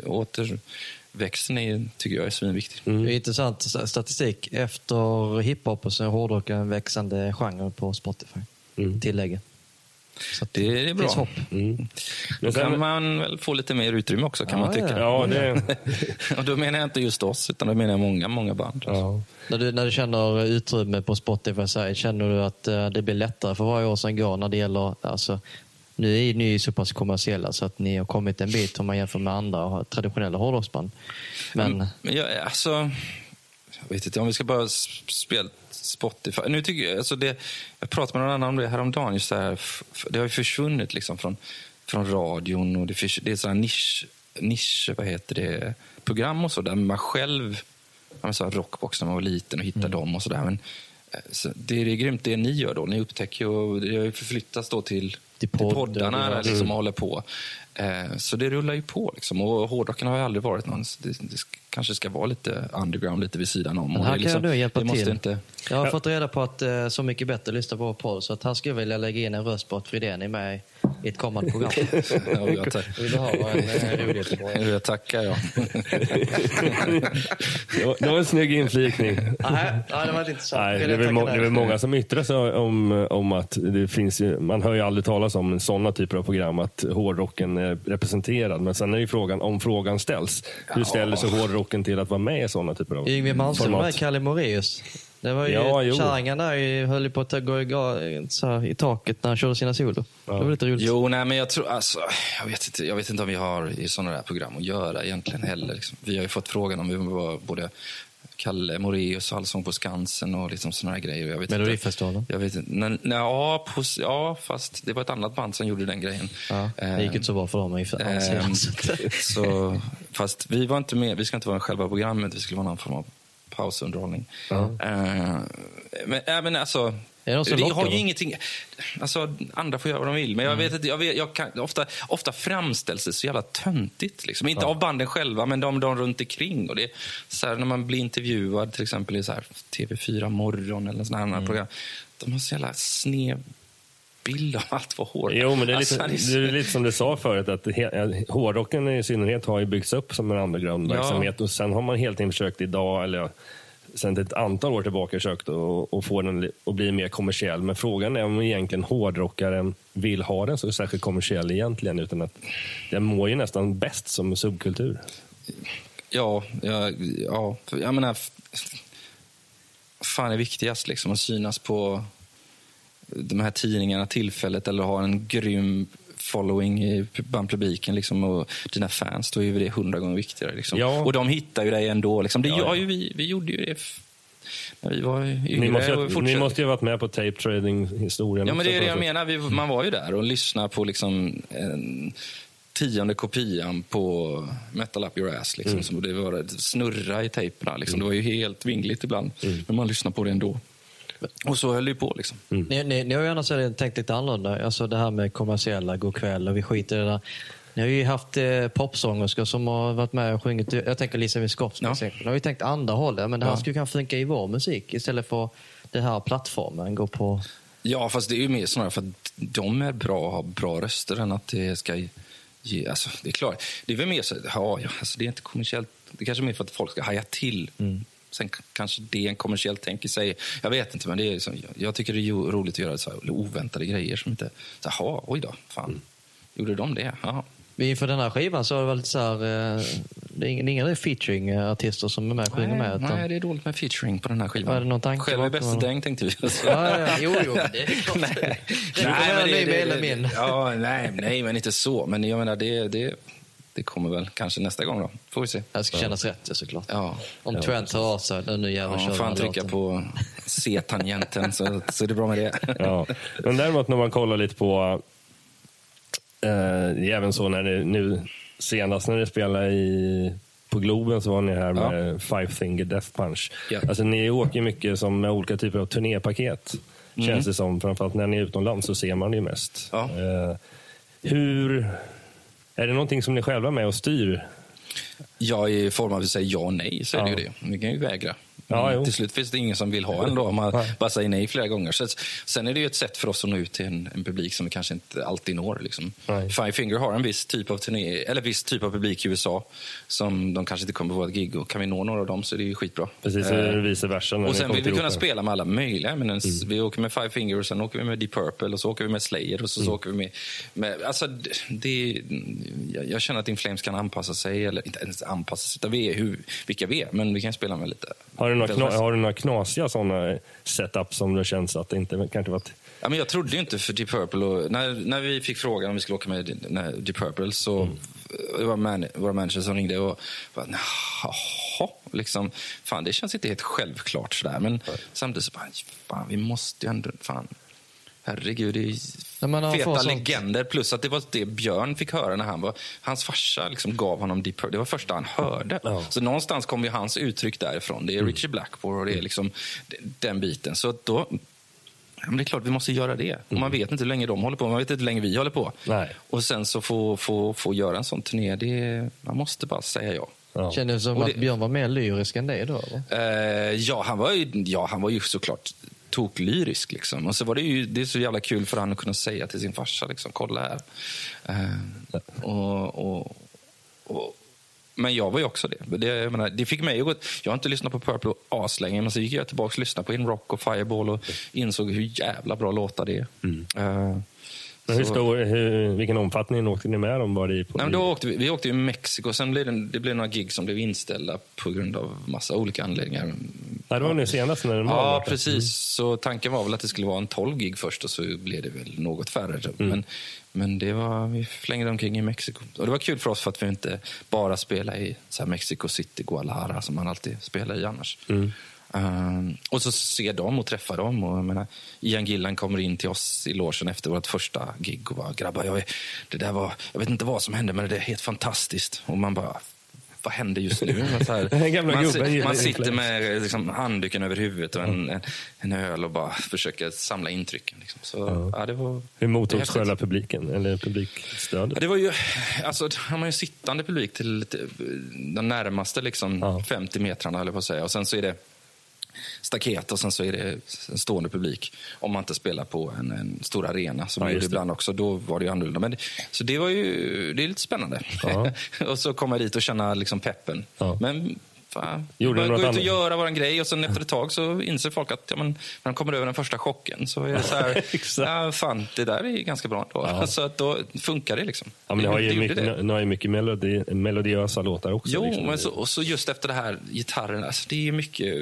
B: återväxten är, tycker jag är svinviktig.
C: Mm. Det är intressant statistik. Efter hiphop och så är hårdrock en växande genre på Spotify. Mm. Tilläggen. Så
B: det, det är bra.
C: Hopp.
B: Mm. Då kan man väl få lite mer utrymme också, kan
C: ja,
B: man tycka.
D: Ja, det...
B: och då menar jag inte just oss, utan då menar jag många, många band. Alltså.
C: Ja. När, du, när du känner utrymme på Spotify, så känner du att uh, det blir lättare för varje år som går när det gäller... Alltså, nu är ni så pass kommersiella så att ni har kommit en bit om man jämför med andra traditionella hårdrocksband. Men...
B: Men, men jag, alltså... Jag vet inte om vi ska bara spela Spotify. Nu tycker jag, alltså det, jag pratade med någon annan om det häromdagen. Just det, här, det har ju försvunnit liksom från, från radion. Och det, finns, det är sådana nisch, nisch, vad heter det, program och så där man själv, man sa rockbox när man var liten och hittade mm. dem och sådär. Men så det är grymt det ni gör då. Ni upptäcker ju, det har ju förflyttats då till, till, podd, till poddarna ja. liksom, och håller på. Eh, så det rullar ju på liksom. Och hårdrocken har ju aldrig varit någon, det, det kanske ska vara lite underground, lite vid sidan om.
C: Men här
B: och det, liksom,
C: kan du hjälpa
B: det måste
C: till.
B: Inte...
C: Jag har fått reda på att uh, Så mycket bättre lyssna på vår podd, så att han skulle vilja lägga in en röst på att Fridén är med i ett kommande program.
B: Ja, jag tack.
C: Vill du ha en, en rolighet på?
B: Jag tackar, ja.
D: Det var en snygg inflikning.
C: Nej, det var intressant.
D: Nej, det är väl må- det är väl många som yttrar sig om, om att det finns ju, man hör ju aldrig talas om sådana typer av program, att hårdrocken är representerad. Men sen är ju frågan, om frågan ställs, hur ställer sig hårdrocken till att vara med i sådana typer av
C: Yngwie Malmsteen var med Kalle Moraeus. Det var ju
D: ja,
C: kärringarna där höll på att gå i, så, i taket när han körde sina solo. Ja. Det var lite roligt.
B: Jo, nej, men jag tror alltså, jag vet inte, jag vet inte om vi har i sådana där program att göra egentligen heller. Liksom. Vi har ju fått frågan om vi var både Kalle Moraeus och Allsång på Skansen och liksom såna här grejer. Jag vet
C: Melodifestivalen?
B: Jag vet inte. Nej, ja, på, ja, fast det var ett annat band som gjorde den grejen.
C: Ja, det gick inte så bra för dem.
B: Eh, så, fast vi var inte med, vi ska inte vara själva programmet, vi skulle vara någon form av pausunderhållning. Mm. Uh, men, äh, men alltså, det har ju ingenting, alltså, andra får göra vad de vill, men jag vet att jag, vet, jag kan, ofta, ofta framställs det så jävla töntigt liksom. Inte ja. av banden själva, men de, de runt omkring. Och det är så här, när man blir intervjuad till exempel i så här T V fyra morgon eller sådana här mm. program, de har så jävla sned bild av allt för hårt.
D: Jo, men det är,
B: alltså,
D: lite, det är lite som du sa förut, att he, hårdrocken i synnerhet har ju byggts upp som en underground-verksamhet, ja. och sen har man helt enkelt försökt idag, eller sen ett antal år tillbaka försökt att, att få den att bli mer kommersiell. Men frågan är om egentligen hårdrockaren vill ha den så särskilt kommersiell egentligen, utan att den mår ju nästan bäst som subkultur.
B: Ja, ja, ja jag menar, fan är viktigast liksom, att synas på de här tidningarna tillfället, eller ha en grym following i bandpubliken liksom, och dina fans, då är ju det hundra gånger viktigare liksom. Ja. Och de hittar ju dig ändå liksom. Det ja, gör ju vi, vi gjorde ju det f- när vi var yngre.
D: Ni måste, ju, ni måste ju ha varit med på tape trading historien.
B: Ja, men det är det jag menar, vi, man var ju där och lyssnade på liksom en tionde kopian på Metal Up Your Ass liksom, mm. som det var snurra i tejperna liksom. Mm. Det var ju helt vingligt ibland, mm. men man lyssnade på det ändå. Och så höll det på liksom.
C: Mm. Ni, ni, ni har ju annars tänkt lite annorlunda. Alltså det här med kommersiella god kväll och vi skiter i det där. Ni har ju haft eh, popsångerskor som har varit med och sjungit. Jag tänker Lisa Miskovsky. Ja. Nu har vi tänkt andra hållet, men det här ja. skulle kunna funka i vår musik istället för den här plattformen gå på.
B: Ja, fast det är ju mer snarare för att de är bra och har bra röster än att det ska ge, alltså det är klart. Det är väl mer så, ja, alltså det är inte kommersiellt. Det är kanske mer för att folk ska haja till. Mm. Sen k- kanske det är en kommersiell tänk i sig. Jag vet inte, men det är liksom, jag, jag tycker det är roligt att göra så här oväntade grejer som inte, så här, ha, oj då, fan, mm. gjorde de det? Jaha.
C: Inför den här skivan så är det väl lite så här, det är ingen, ingen featuring-artister som är med och sjunger med. Utan...
B: Nej, det är dåligt med featuring på den här skivan.
C: Är det någon tanke?
B: Själv är bästa däng, tänkte vi.
C: Ja, ja, jo, jo, det är klart. Nej, det nej, men det, det, det,
B: ja, nej, nej, men inte så. Men jag menar, det, det, det kommer väl kanske nästa gång då. Får vi se.
C: Det ska kännas rätt, såklart.
B: Ja.
C: Om ja, Trent tar av sig, den nu jävla
B: ja, kör fan trycka på C-tangenten så, så är det bra med det.
D: Ja. Men däremot när man kollar lite på eh, det är även så när det nu senast när ni spelade i på Globen så var ni här med ja. Five Finger Death Punch. Ja. Alltså ni åker mycket som med olika typer av turnépaket. Mm. Känns det som, framförallt när ni är utomlands så ser man det ju mest. Ja. Eh, hur är det någonting som ni själva är med och styr?
B: Ja, i form av att säga ja och nej så är ja. det ju det. Vi kan ju vägra. Ja, till slut finns det ingen som vill ha en då om man bara säger nej flera gånger. Så, sen är det ju ett sätt för oss att nå ut till en, en publik som vi kanske inte alltid når. Liksom. Five Finger har en viss typ av turné, eller viss typ av publik i U S A som de kanske inte kommer på vårt gig. Och kan vi nå några av dem så är det ju skitbra.
D: Precis, uh, vice versa.
B: Och sen vill vi kunna spela med alla möjliga. Men ens, mm. Vi åker med Five Finger och sen åker vi med Deep Purple och så åker vi med Slayer och så, mm. så åker vi med... med alltså, det, jag, jag känner att In Flames kan anpassa sig, eller inte ens anpassa sig, utan vi är hur, vilka vi är, men vi kan spela med lite...
D: Har du några, kna, har du några knasiga sådana setup som det känns att det inte kanske varit...
B: Ja, men jag trodde ju inte för Deep Purple. Och när, när vi fick frågan om vi skulle åka med när Deep Purple så mm. det var man, våra manager som ringde och bara, jaha, liksom, fan, det känns inte helt självklart sådär. Men mm. samtidigt så bara, fan, vi måste ju ändå, fan. herregud, det är
C: ja,
B: feta legender. Plus att det var det Björn fick höra när han var... Hans farsa liksom gav honom Deep Purple. Det var första han hörde. Ja. Så någonstans kom ju hans uttryck därifrån. Det är Richie Blackmore och det är liksom den biten. Så då... Ja, men det är klart, vi måste göra det. Och man vet inte hur länge de håller på. Man vet inte hur länge vi håller på.
D: Nej.
B: Och sen så få, få, få göra en sån turné, det, man måste bara säga ja.
C: Ja. Kändes det som och att det, Björn var mer lyrisk än dig då?
B: Eh, ja, han var ju, ja, han var ju såklart toklyrisk. Liksom. Och så var det ju det är så jävla kul för han att kunna säga till sin farsa, liksom, kolla här. Eh, och, och, och, men jag var ju också det. Det, jag menar, det fick mig att gå... Jag har inte lyssnat på Purple aslänge, men så gick jag tillbaka och lyssnade på In Rock och Fireball och insåg hur jävla bra låtar det är. Mm. Uh,
D: men hur stor, hur, vilken omfattning åkte ni med dem? Var det på?
B: Nej, men då åkte vi, vi åkte i Mexiko. Sen blev det, det blev några gig som blev inställda på grund av massa olika anledningar.
D: Ja, det var nu senast när det var.
B: Ja, precis. Mm. Så tanken var väl att det skulle vara en tolv gig först och så blev det väl något färre. Mm. Men, men det var, vi flängde omkring i Mexiko. Och det var kul för oss för att vi inte bara spelade i så här Mexico City, Guadalajara som man alltid spelar i annars. Mm. Um, och så ser de och träffar dem och jag menar, Ian Gillan kommer in till oss i logen efter vårt första gig och bara, grabbar, jag, är, det där var, jag vet inte vad som hände men det är helt fantastiskt. Och man bara, vad händer just nu? Så här, man, gubben, man sitter med liksom, handduken över huvudet och en, en, en öl och bara försöker samla intrycken. Liksom. Så, ja. Ja, det var,
D: hur mottogs själva publiken? Eller publikstödet?
B: Ja, det var ju, alltså, han var ju sittande publik till, till de närmaste liksom, ja. femtio metrarna, eller på att säga. Och sen så är det staket och sen så är det en stående publik om man inte spelar på en, en stor arena som ja, det ibland också, då var det ju annorlunda. Men det, så det var ju, det är lite spännande. Ja. Och så komma dit och känna liksom peppen. Ja. Men fan, vi bara gå ut och annat? Göra våran grej och sen efter ett tag så inser folk att ja, men, när de kommer över den första chocken så är det så här, ja, fan, det där är ganska bra då. Ja. Så att då funkar det liksom.
D: Ja, men ni har ju mycket, ni har ju mycket melodi, melodiösa låtar också.
B: Jo,
D: liksom.
B: men så, och så just efter det här gitarren, alltså, det är ju mycket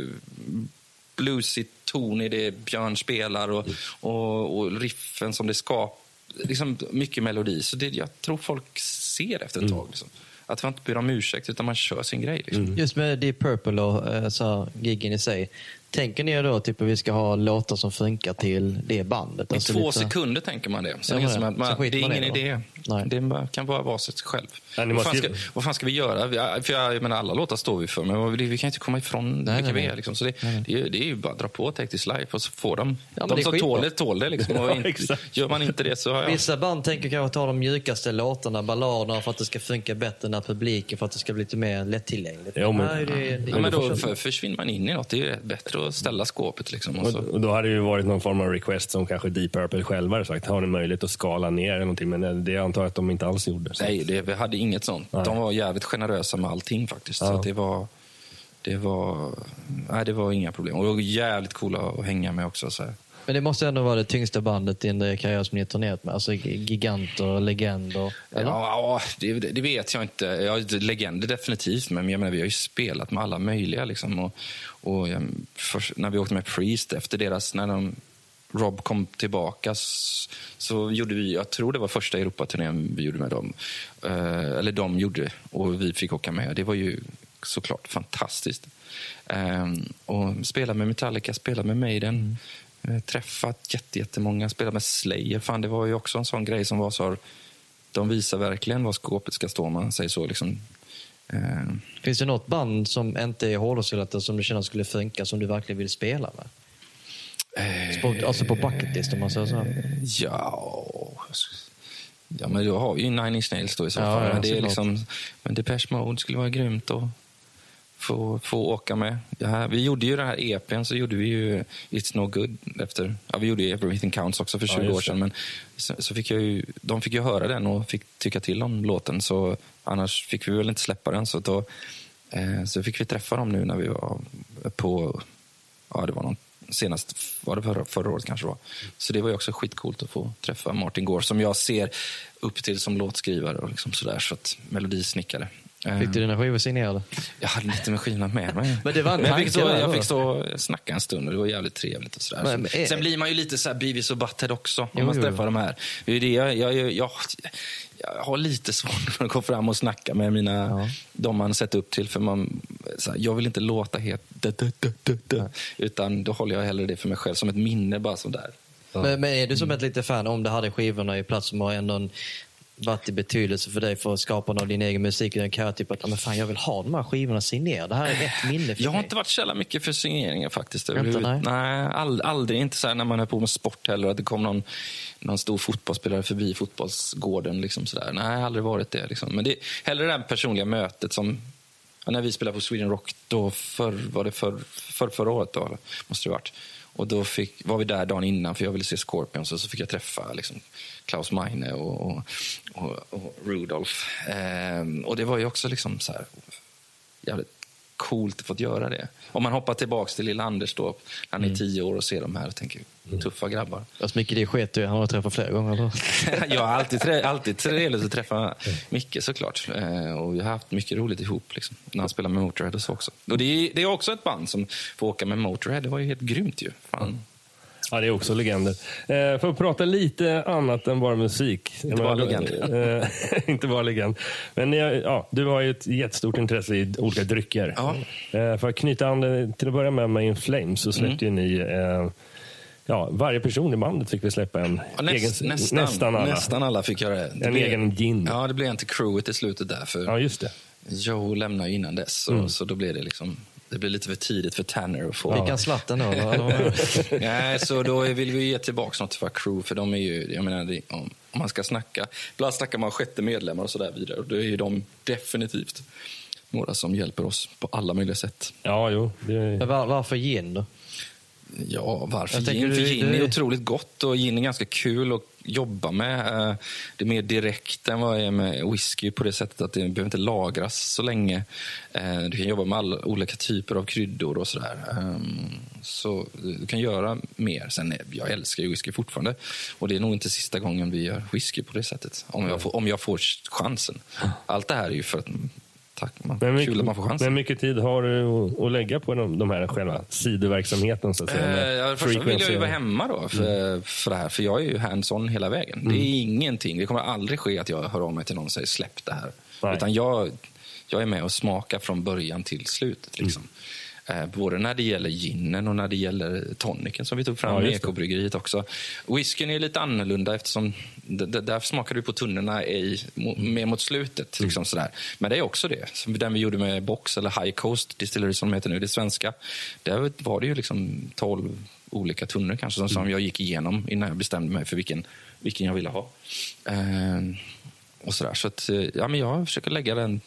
B: bluesigt ton i det Björn spelar och, mm. och, och riffen som det skapar, liksom mycket melodi. Så det, jag tror folk ser efter ett mm. tag liksom. Att man inte ber om ursäkt utan man kör sin grej. Liksom.
C: Mm. Just med Deep Purple och så, giggen i sig. Tänker ni då typ att vi ska ha låtar som funkar till det bandet?
B: I
C: alltså
B: två
C: lite...
B: sekunder tänker man det. Så ja, det, man, man, det är ingen det, idé. Nej. Det bara, kan bara vara sig själv. Ja, vad, fan ska, vad fan ska vi göra? För jag, jag menar, alla låtar står vi för. Men vi kan inte komma ifrån nej, vilka nej, vi är. Liksom. Så det, nej, nej. Det, är, det är ju bara att dra på Take This Life och så får de. Ja, de som tål det, tål det. Liksom. Och in, gör man inte det så har jag...
C: Vissa band tänker kanske ta de mjukaste låtarna, balladerna för att det ska funka bättre när publiken, för att det ska bli lite mer lättillgängligt.
D: Ja, men,
C: nej, det, det,
B: ja, men då för, försvinner man in i något. Det är bättre att ställa skåpet. Liksom, och,
D: och, och då hade det ju varit någon form av request som kanske Deep Purple själva hade sagt, har ni möjlighet att skala ner eller någonting, men det antar jag att de inte alls gjorde. Så.
B: Nej, det, vi hade inget sånt. Nej. De var jävligt generösa med allting faktiskt. Ja. Så det var det var nej, det var inga problem. Och de var jävligt coola att hänga med också så här.
C: Men det måste ändå vara det tyngsta bandet i en karriär som ni har turnerat med. Alltså giganter, legender. Eller?
B: Ja, det, det vet jag inte. Ja, legender definitivt. Men jag menar, vi har ju spelat med alla möjliga. Liksom. Och, och för, när vi åkte med Priest efter deras... När de, Rob kom tillbaka så, så gjorde vi... Jag tror det var första Europaturnén vi gjorde med dem. Eh, eller de gjorde. Och vi fick åka med. Det var ju såklart fantastiskt. Eh, och spela med Metallica, spela med Maiden... Mm. Träffat jättemånga, spelat med Slayer. Fan, det var ju också en sån grej som var så. De visar verkligen vad skåpet ska stå, man säger så liksom. Eh.
C: Finns det något band som inte är hårdrocksrelaterat som du känner skulle funka, som du verkligen vill spela med? Eh. Alltså på bucket list, om man säger så.
B: Ja. Ja, men då har vi ju Nine Inch Nails då i så fall. Ja, men det är liksom, men Depeche Mode skulle vara grymt och Få, få åka med. Ja, vi gjorde ju den här E P:n, så gjorde vi ju It's No Good efter. Ja, vi gjorde ju Everything Counts också för tjugo ja, år sedan. Men så, så fick jag ju, de fick ju höra den och fick tycka till om låten. Så annars fick vi väl inte släppa den. Så, då, eh, så fick vi träffa dem nu när vi var på... Ja, det var någon, senast var det förra, förra året kanske var. Så det var ju också skitcoolt att få träffa Martin Gore, som jag ser upp till som låtskrivare och liksom sådär, så att melodisnickare.
C: Fick du dina skivor signerade?
B: Jag hade lite med skivorna med mig.
C: Men det var en
B: Men jag fick, stå, jag fick stå och snacka en stund och det var jävligt trevligt och sådär. Men, men, Sen blir man ju lite så här Beavis och Butthead också, om jo, man träffar de här. Det är det jag, jag, jag, jag, jag har lite svårt för att gå fram och snacka med mina, ja. de man sett upp till, för man, så här, jag vill inte låta helt dö, dö, dö, dö, dö, utan då håller jag hellre det för mig själv som ett minne bara sådär.
C: Ja. Men, men är du som ett litet fan om det hade skivorna i plats som har ändå en varit i betydelse för dig för att skapa någon din egen musik? Den kan jag typ att, men fan, jag vill ha de här skivorna signerade. Det här är ett minne för
B: Jag har
C: mig.
B: inte varit så jävla mycket för signeringar faktiskt.
C: Inte, nej.
B: nej all, aldrig. Inte så här när man är på med sport heller. Att det kom någon, någon stor fotbollsspelare förbi fotbollsgården. Liksom så där. Nej, aldrig varit det. Liksom. Men det är hellre det här personliga mötet som... När vi spelade på Sweden Rock, då för, var det för, för förra året då, måste det varit. Och då fick, var vi där dagen innan för jag ville se Scorpions och så fick jag träffa liksom, Klaus Meine och, och, och, och Rudolf. Ehm, och det var ju också liksom så här jävligt coolt att få göra det. Om man hoppar tillbaka till lilla Anders då, när han är mm. tio år och ser de här och tänker, tuffa grabbar.
C: Alltså Micke, det sket du, han har träffat flera gånger då.
B: Jag har alltid, trä, alltid trevligt att träffa Micke såklart. Eh, och vi har haft mycket roligt ihop liksom, när han spelar med Motorhead och så också. Och det är, det är också ett band som får åka med Motorhead. Det var ju helt grymt ju. Fan.
D: Ja, det är också legender. Eh, för att prata lite annat än bara musik.
B: Inte bara legend.
D: Eh, inte bara legend. Men ja, du har ju ett jättestort intresse i olika drycker.
B: Ja.
D: Eh, för att knyta an till att börja med med In Flames så släppte mm. ju ni... Eh, ja, varje person i bandet fick vi släppa en
B: ja, näst,
D: egen...
B: Nästan,
D: nästan alla.
B: Nästan alla fick göra det. det
D: en
B: blev,
D: egen gin.
B: Ja, det blev en till crewet i slutet där. För
D: ja, just det.
B: Joe lämnade innan dess. Så, mm. så då blev det liksom... Det blir lite för tidigt för Tanner att få...
C: Fick han slatten då?
B: Nej, så då vill vi ge tillbaka något för crew. För de är ju, jag menar, det, om man ska snacka... Ibland snackar man sjätte medlemmar och så där vidare. Och då är ju de definitivt några som hjälper oss på alla möjliga sätt.
D: Ja, jo. Det...
C: Var, varför gin då?
B: Ja, varför gin? För gin är otroligt gott och gin är ganska kul att jobba med. Det är mer direkt än vad det är med whisky på det sättet att det behöver inte lagras så länge. Du kan jobba med alla olika typer av kryddor och sådär. Så du kan göra mer. Sen, jag älskar ju whisky fortfarande. Och det är nog inte sista gången vi gör whisky på det sättet. Om jag får, om jag får chansen. Allt det här är ju för att... Tack, man.
D: Men mycket,
B: kul att man får chansen.
D: Men mycket tid har du att, att lägga på de, de här själva sidoverksamheten så att säga?
B: Eh, ja, först vill jag ju vara hemma då för, mm. för det här. För jag är ju hands-on hela vägen. Mm. Det är ingenting. Det kommer aldrig ske att jag hör av mig till någon och säger släpp det här. Nej. Utan jag, jag är med och smakar från början till slutet liksom. Mm. Eh, både när det gäller ginen och när det gäller toniken som vi tog fram ja, med ekobryggeriet också. Whiskyn är lite annorlunda eftersom d- d- där smakar du på tunnorna i, mer mot slutet. Mm. Liksom sådär. Men det är också det. Som den vi gjorde med Box eller High Coast Distillery som heter nu, det svenska. Där var det ju liksom tolv olika tunnor kanske som, som jag gick igenom innan jag bestämde mig för vilken, vilken jag ville ha. Eh, och sådär. Så att, ja, men jag försöker lägga den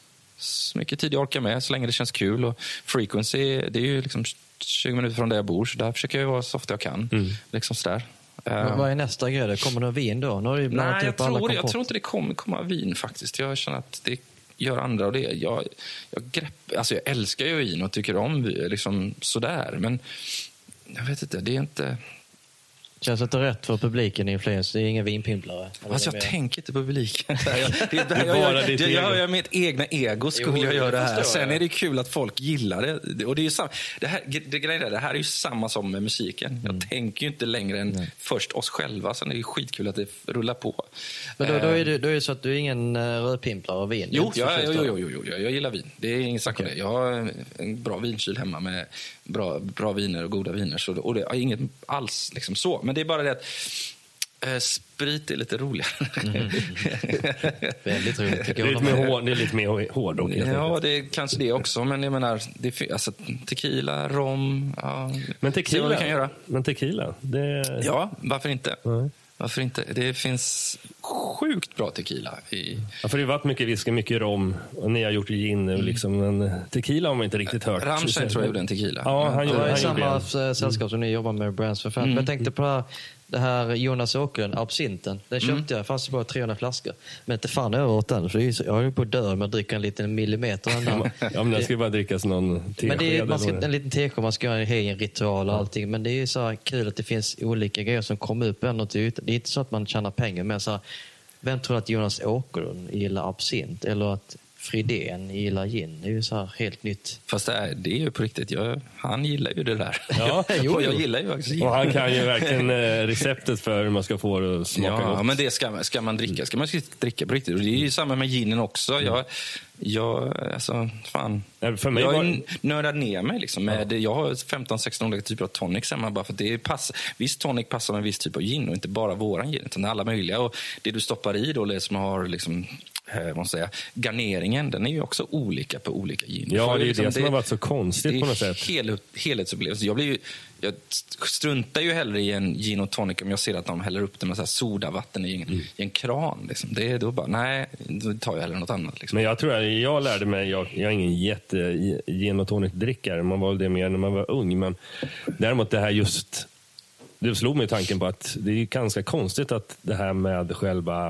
B: så mycket tid jag orkar med, så länge det känns kul. Och Frequency, det är ju liksom tjugo minuter från där jag bor, så där försöker jag vara så ofta jag kan. Mm. Liksom sådär.
C: Uh, Vad är nästa grej? Kommer det vin då? Nu har du
B: nej, jag tror, jag tror inte det kommer komma vin faktiskt. Jag känner att det gör andra och det. Jag, jag, grepp, alltså jag älskar ju vin och tycker om liksom sådär. Men jag vet inte, det är inte...
C: Känns det rätt för publiken i Influence? Det är inga vinpimplare.
B: Alltså jag tänker inte på publiken. jag, det, det, jag, jag, jag, jag, jag, mitt egna ego skulle jo, jag göra det här. Sen är det kul att folk gillar det. Och det är ju samma, det här, det, det, det här är ju samma som med musiken. Jag mm. tänker ju inte längre än mm. först oss själva. Sen är det ju skitkul att det rullar på.
C: Men då, då, är, det, då är det så att du är ingen rödpimplare av vin?
B: Jo, ja, jo, jo, jo, jo, jo, jag gillar vin. Det är ingen sak om det. Jag har en bra vinkyl hemma med bra, bra viner och goda viner. Så, och det är inget alls liksom så. Men det är bara det att äh, sprit är lite roligare. Mm.
C: Väldigt roligt.
D: Det är lite mer hård, det är lite mer hårdrock.
B: Ja, det är kanske det också. Men jag menar, det är, alltså, tequila, rom... Ja,
D: men tequila,
B: vad vi kan göra.
D: Men tequila, det...
B: Ja, varför inte?
D: Mm.
B: Varför inte? Det finns sjukt bra tequila. I...
D: Ja, för det har varit mycket whisky, mycket rom. Och ni har gjort gin nu, liksom. Men tequila har man inte riktigt hört.
B: Rammstein tror jag gjorde en tequila.
D: Ja, han gjorde,
C: det är
D: han
C: samma
D: gjorde
C: sällskap som ni jobbar med Brands för fan. Mm. Jag tänkte på det här, det här Jonas Åkerlund, absinten. Den köpte mm. jag, fanns det bara trehundra flaskor. Men inte fan över åt den. För jag har ju på att dö med att dricka en liten millimeter.
D: Ja, men det ska bara drickas någon tesked.
C: Men det är, man ska, en liten tesked, man ska göra en egen ritual och allting. Men det är ju så här kul att det finns olika grejer som kommer upp ändå till ytan. Det är inte så att man tjänar pengar, men så här, vem tror att Jonas Åkerlund gillar absint? Eller att Fridén gillar gin? Det är ju så här helt nytt.
B: Fast det är, det är ju på riktigt. Jag, han gillar ju det där.
D: Ja,
B: jo, och jag gillar ju också gin.
D: Och han kan ju verkligen receptet för hur man ska få det att smaka
B: ja,
D: gott.
B: men det ska, ska man dricka. Ska man dricka på riktigt. Och det är ju samma med ginen också. Jag, Jag, alltså, fan.
D: För mig
B: jag
D: var...
B: är nördad ner mig liksom. Med, ja. Jag har femton sexton olika typer av tonics hemma bara för att det passar. Viss tonic passar med en viss typ av gin och inte bara våran gin, utan alla möjliga. Och det du stoppar i då, det som har liksom, vad man säger, garneringen, den är ju också olika på olika gin.
D: Ja, det är ju
B: liksom,
D: det som det, har varit så konstigt på något sätt.
B: Hel, helhetsupplevelse. Jag blir ju Jag struntar ju hellre i en gin och tonic om jag ser att de häller upp det med så här sodavatten i en, mm. i en kran. Liksom. Det är då bara, nej, då tar jag hellre något annat. Liksom.
D: Men jag tror att jag lärde mig, jag, jag är ingen jätte gin och tonic-drickare. Man var väl det mer när man var ung. Men däremot det här just, det slog mig tanken på att det är ganska konstigt att det här med själva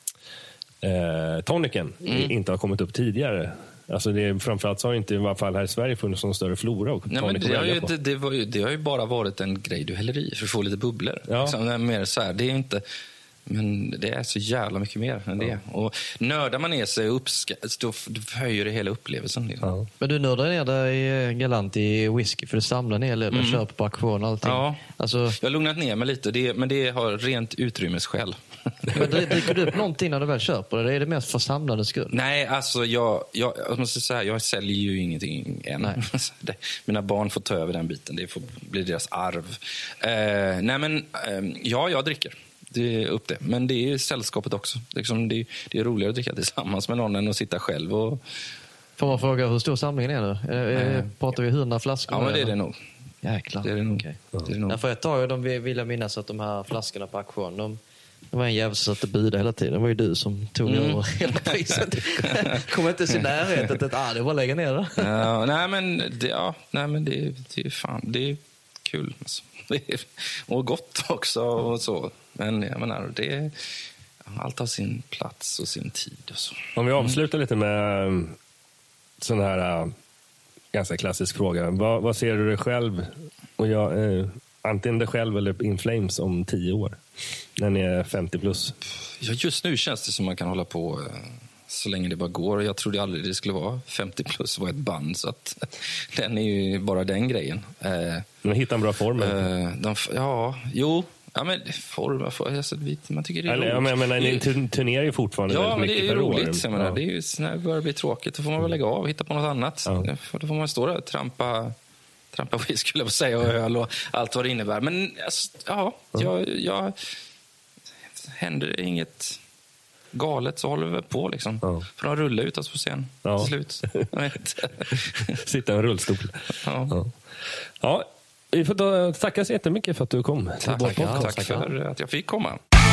D: eh, tonicen mm. inte har kommit upp tidigare. Alltså det är, framförallt så har inte i alla fall här i Sverige funnits någon större flora. Och
B: Nej, men det, har ju, det, det, var ju, det har ju bara varit en grej du häller i för att få lite bubblor.
D: Ja.
B: Liksom, det är mer så här, det är inte, men det är så jävla mycket mer än det. Ja. Och nördar man ner sig och uppskattar, då höjer det hela upplevelsen. Liksom.
C: Ja. Men du nördar ner dig galant i whisky för du samlar ner eller mm. köper på auktion och allting.
B: Ja.
C: Alltså...
B: Jag har lugnat ner mig lite, det, men det har rent utrymmesskäl.
C: Men dricker du upp någonting när du väl köper det? Är det mest för samlandets skull?
B: Nej, alltså jag, jag, jag måste säga, jag säljer ju ingenting än. Nej. Mina barn får ta över den biten. Det får bli deras arv. Eh, nej men, eh, ja, jag dricker. Det är upp det. Men det är sällskapet också. Liksom, det, är, det är roligare att dricka tillsammans med någon än att sitta själv. Och...
C: Får man fråga hur stor samlingen är nu? Eh, pratar vi hundra flaskor?
B: Ja, men det är det nog.
C: Jäklar.
B: Det är det nog.
C: Okay.
B: Det är det nog.
C: Ja, för ett tag de vill jag minnas att de här flaskorna på auktion, de, det var en jävel som satt och budade hela tiden. Det var ju du som tog mm. över hela priset. Kom inte till närheten att ah, det var att lägga ner det.
B: Ja, nej, men det, ja, nej, men det, det är fan, det är kul. Alltså. Det är, och gott också och så. Men jag menar, det är, allt har sin plats och sin tid och så.
D: Om vi avslutar lite med um, sån här uh, ganska klassisk fråga. Vad, vad ser du dig själv och jag, uh, antingen dig själv eller In Flames om tio år? När ni är femtio plus.
B: Ja, just nu känns det som man kan hålla på uh, så länge det bara går. Jag trodde aldrig det skulle vara femtio plus var ett band, så att den är ju bara den grejen. Uh,
D: Men hitta en bra form.
B: Uh, de, ja, jo. Ja, men form, alltså, man tycker det är
D: Eller,
B: roligt.
D: Ja, men, men ni turnerar ju fortfarande
B: ja,
D: väldigt mycket per år.
B: Ja, men det är roligt. Jag menar, ja. Det är ju, när det börjar bli tråkigt, då får man väl lägga av och hitta på något annat. Ja. Då får man stå där och trampa, trampa whisky, skulle jag säga, och öl och allt vad det innebär. Men alltså, ja, ja. Jag, jag, händer det inget galet så håller vi på liksom. Ja. För de rullar ut oss på scen ja. Till slut.
D: Sitta i en rullstol.
B: Ja.
D: Ja. Ja. Vi får då tacka så jättemycket för att du kom.
B: Tack, tack, ja, tack för att jag fick komma.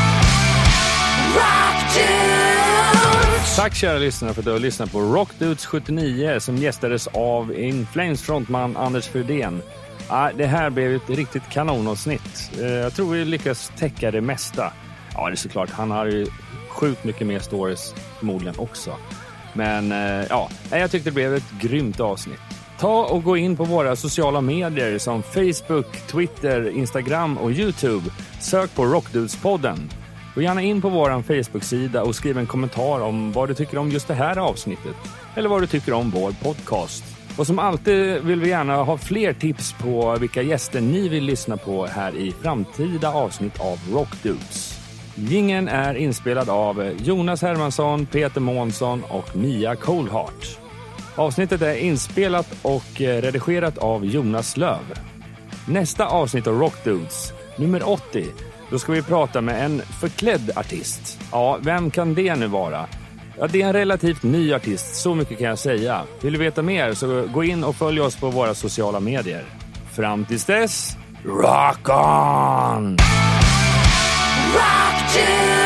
A: Tack kära lyssnare för att du har lyssnat på Rock Dudes sjuttionio som gästades av In Flames frontman Anders Fridén. Ja, det här blev ett riktigt kanonavsnitt. Jag tror vi lyckas täcka det mesta. Ja, det är såklart. Han har ju sjukt mycket mer stories förmodligen också. Men ja, jag tyckte det blev ett grymt avsnitt. Ta och gå in på våra sociala medier som Facebook, Twitter, Instagram och YouTube. Sök på Rockdudes-podden. Gå gärna in på vår Facebook-sida och skriv en kommentar om vad du tycker om just det här avsnittet. Eller vad du tycker om vår podcast. Och som alltid vill vi gärna ha fler tips på vilka gäster ni vill lyssna på här i framtida avsnitt av Rockdudes. Jingeln är inspelad av Jonas Hermansson, Peter Månsson och Mia Coldheart. Avsnittet är inspelat och redigerat av Jonas Löv. Nästa avsnitt av Rockdudes, nummer åttio, då ska vi prata med en förklädd artist. Ja, vem kan det nu vara? Ja, det är en relativt ny artist, så mycket kan jag säga. Vill du veta mer så gå in och följ oss på våra sociala medier. Fram tills dess, rock on! Rock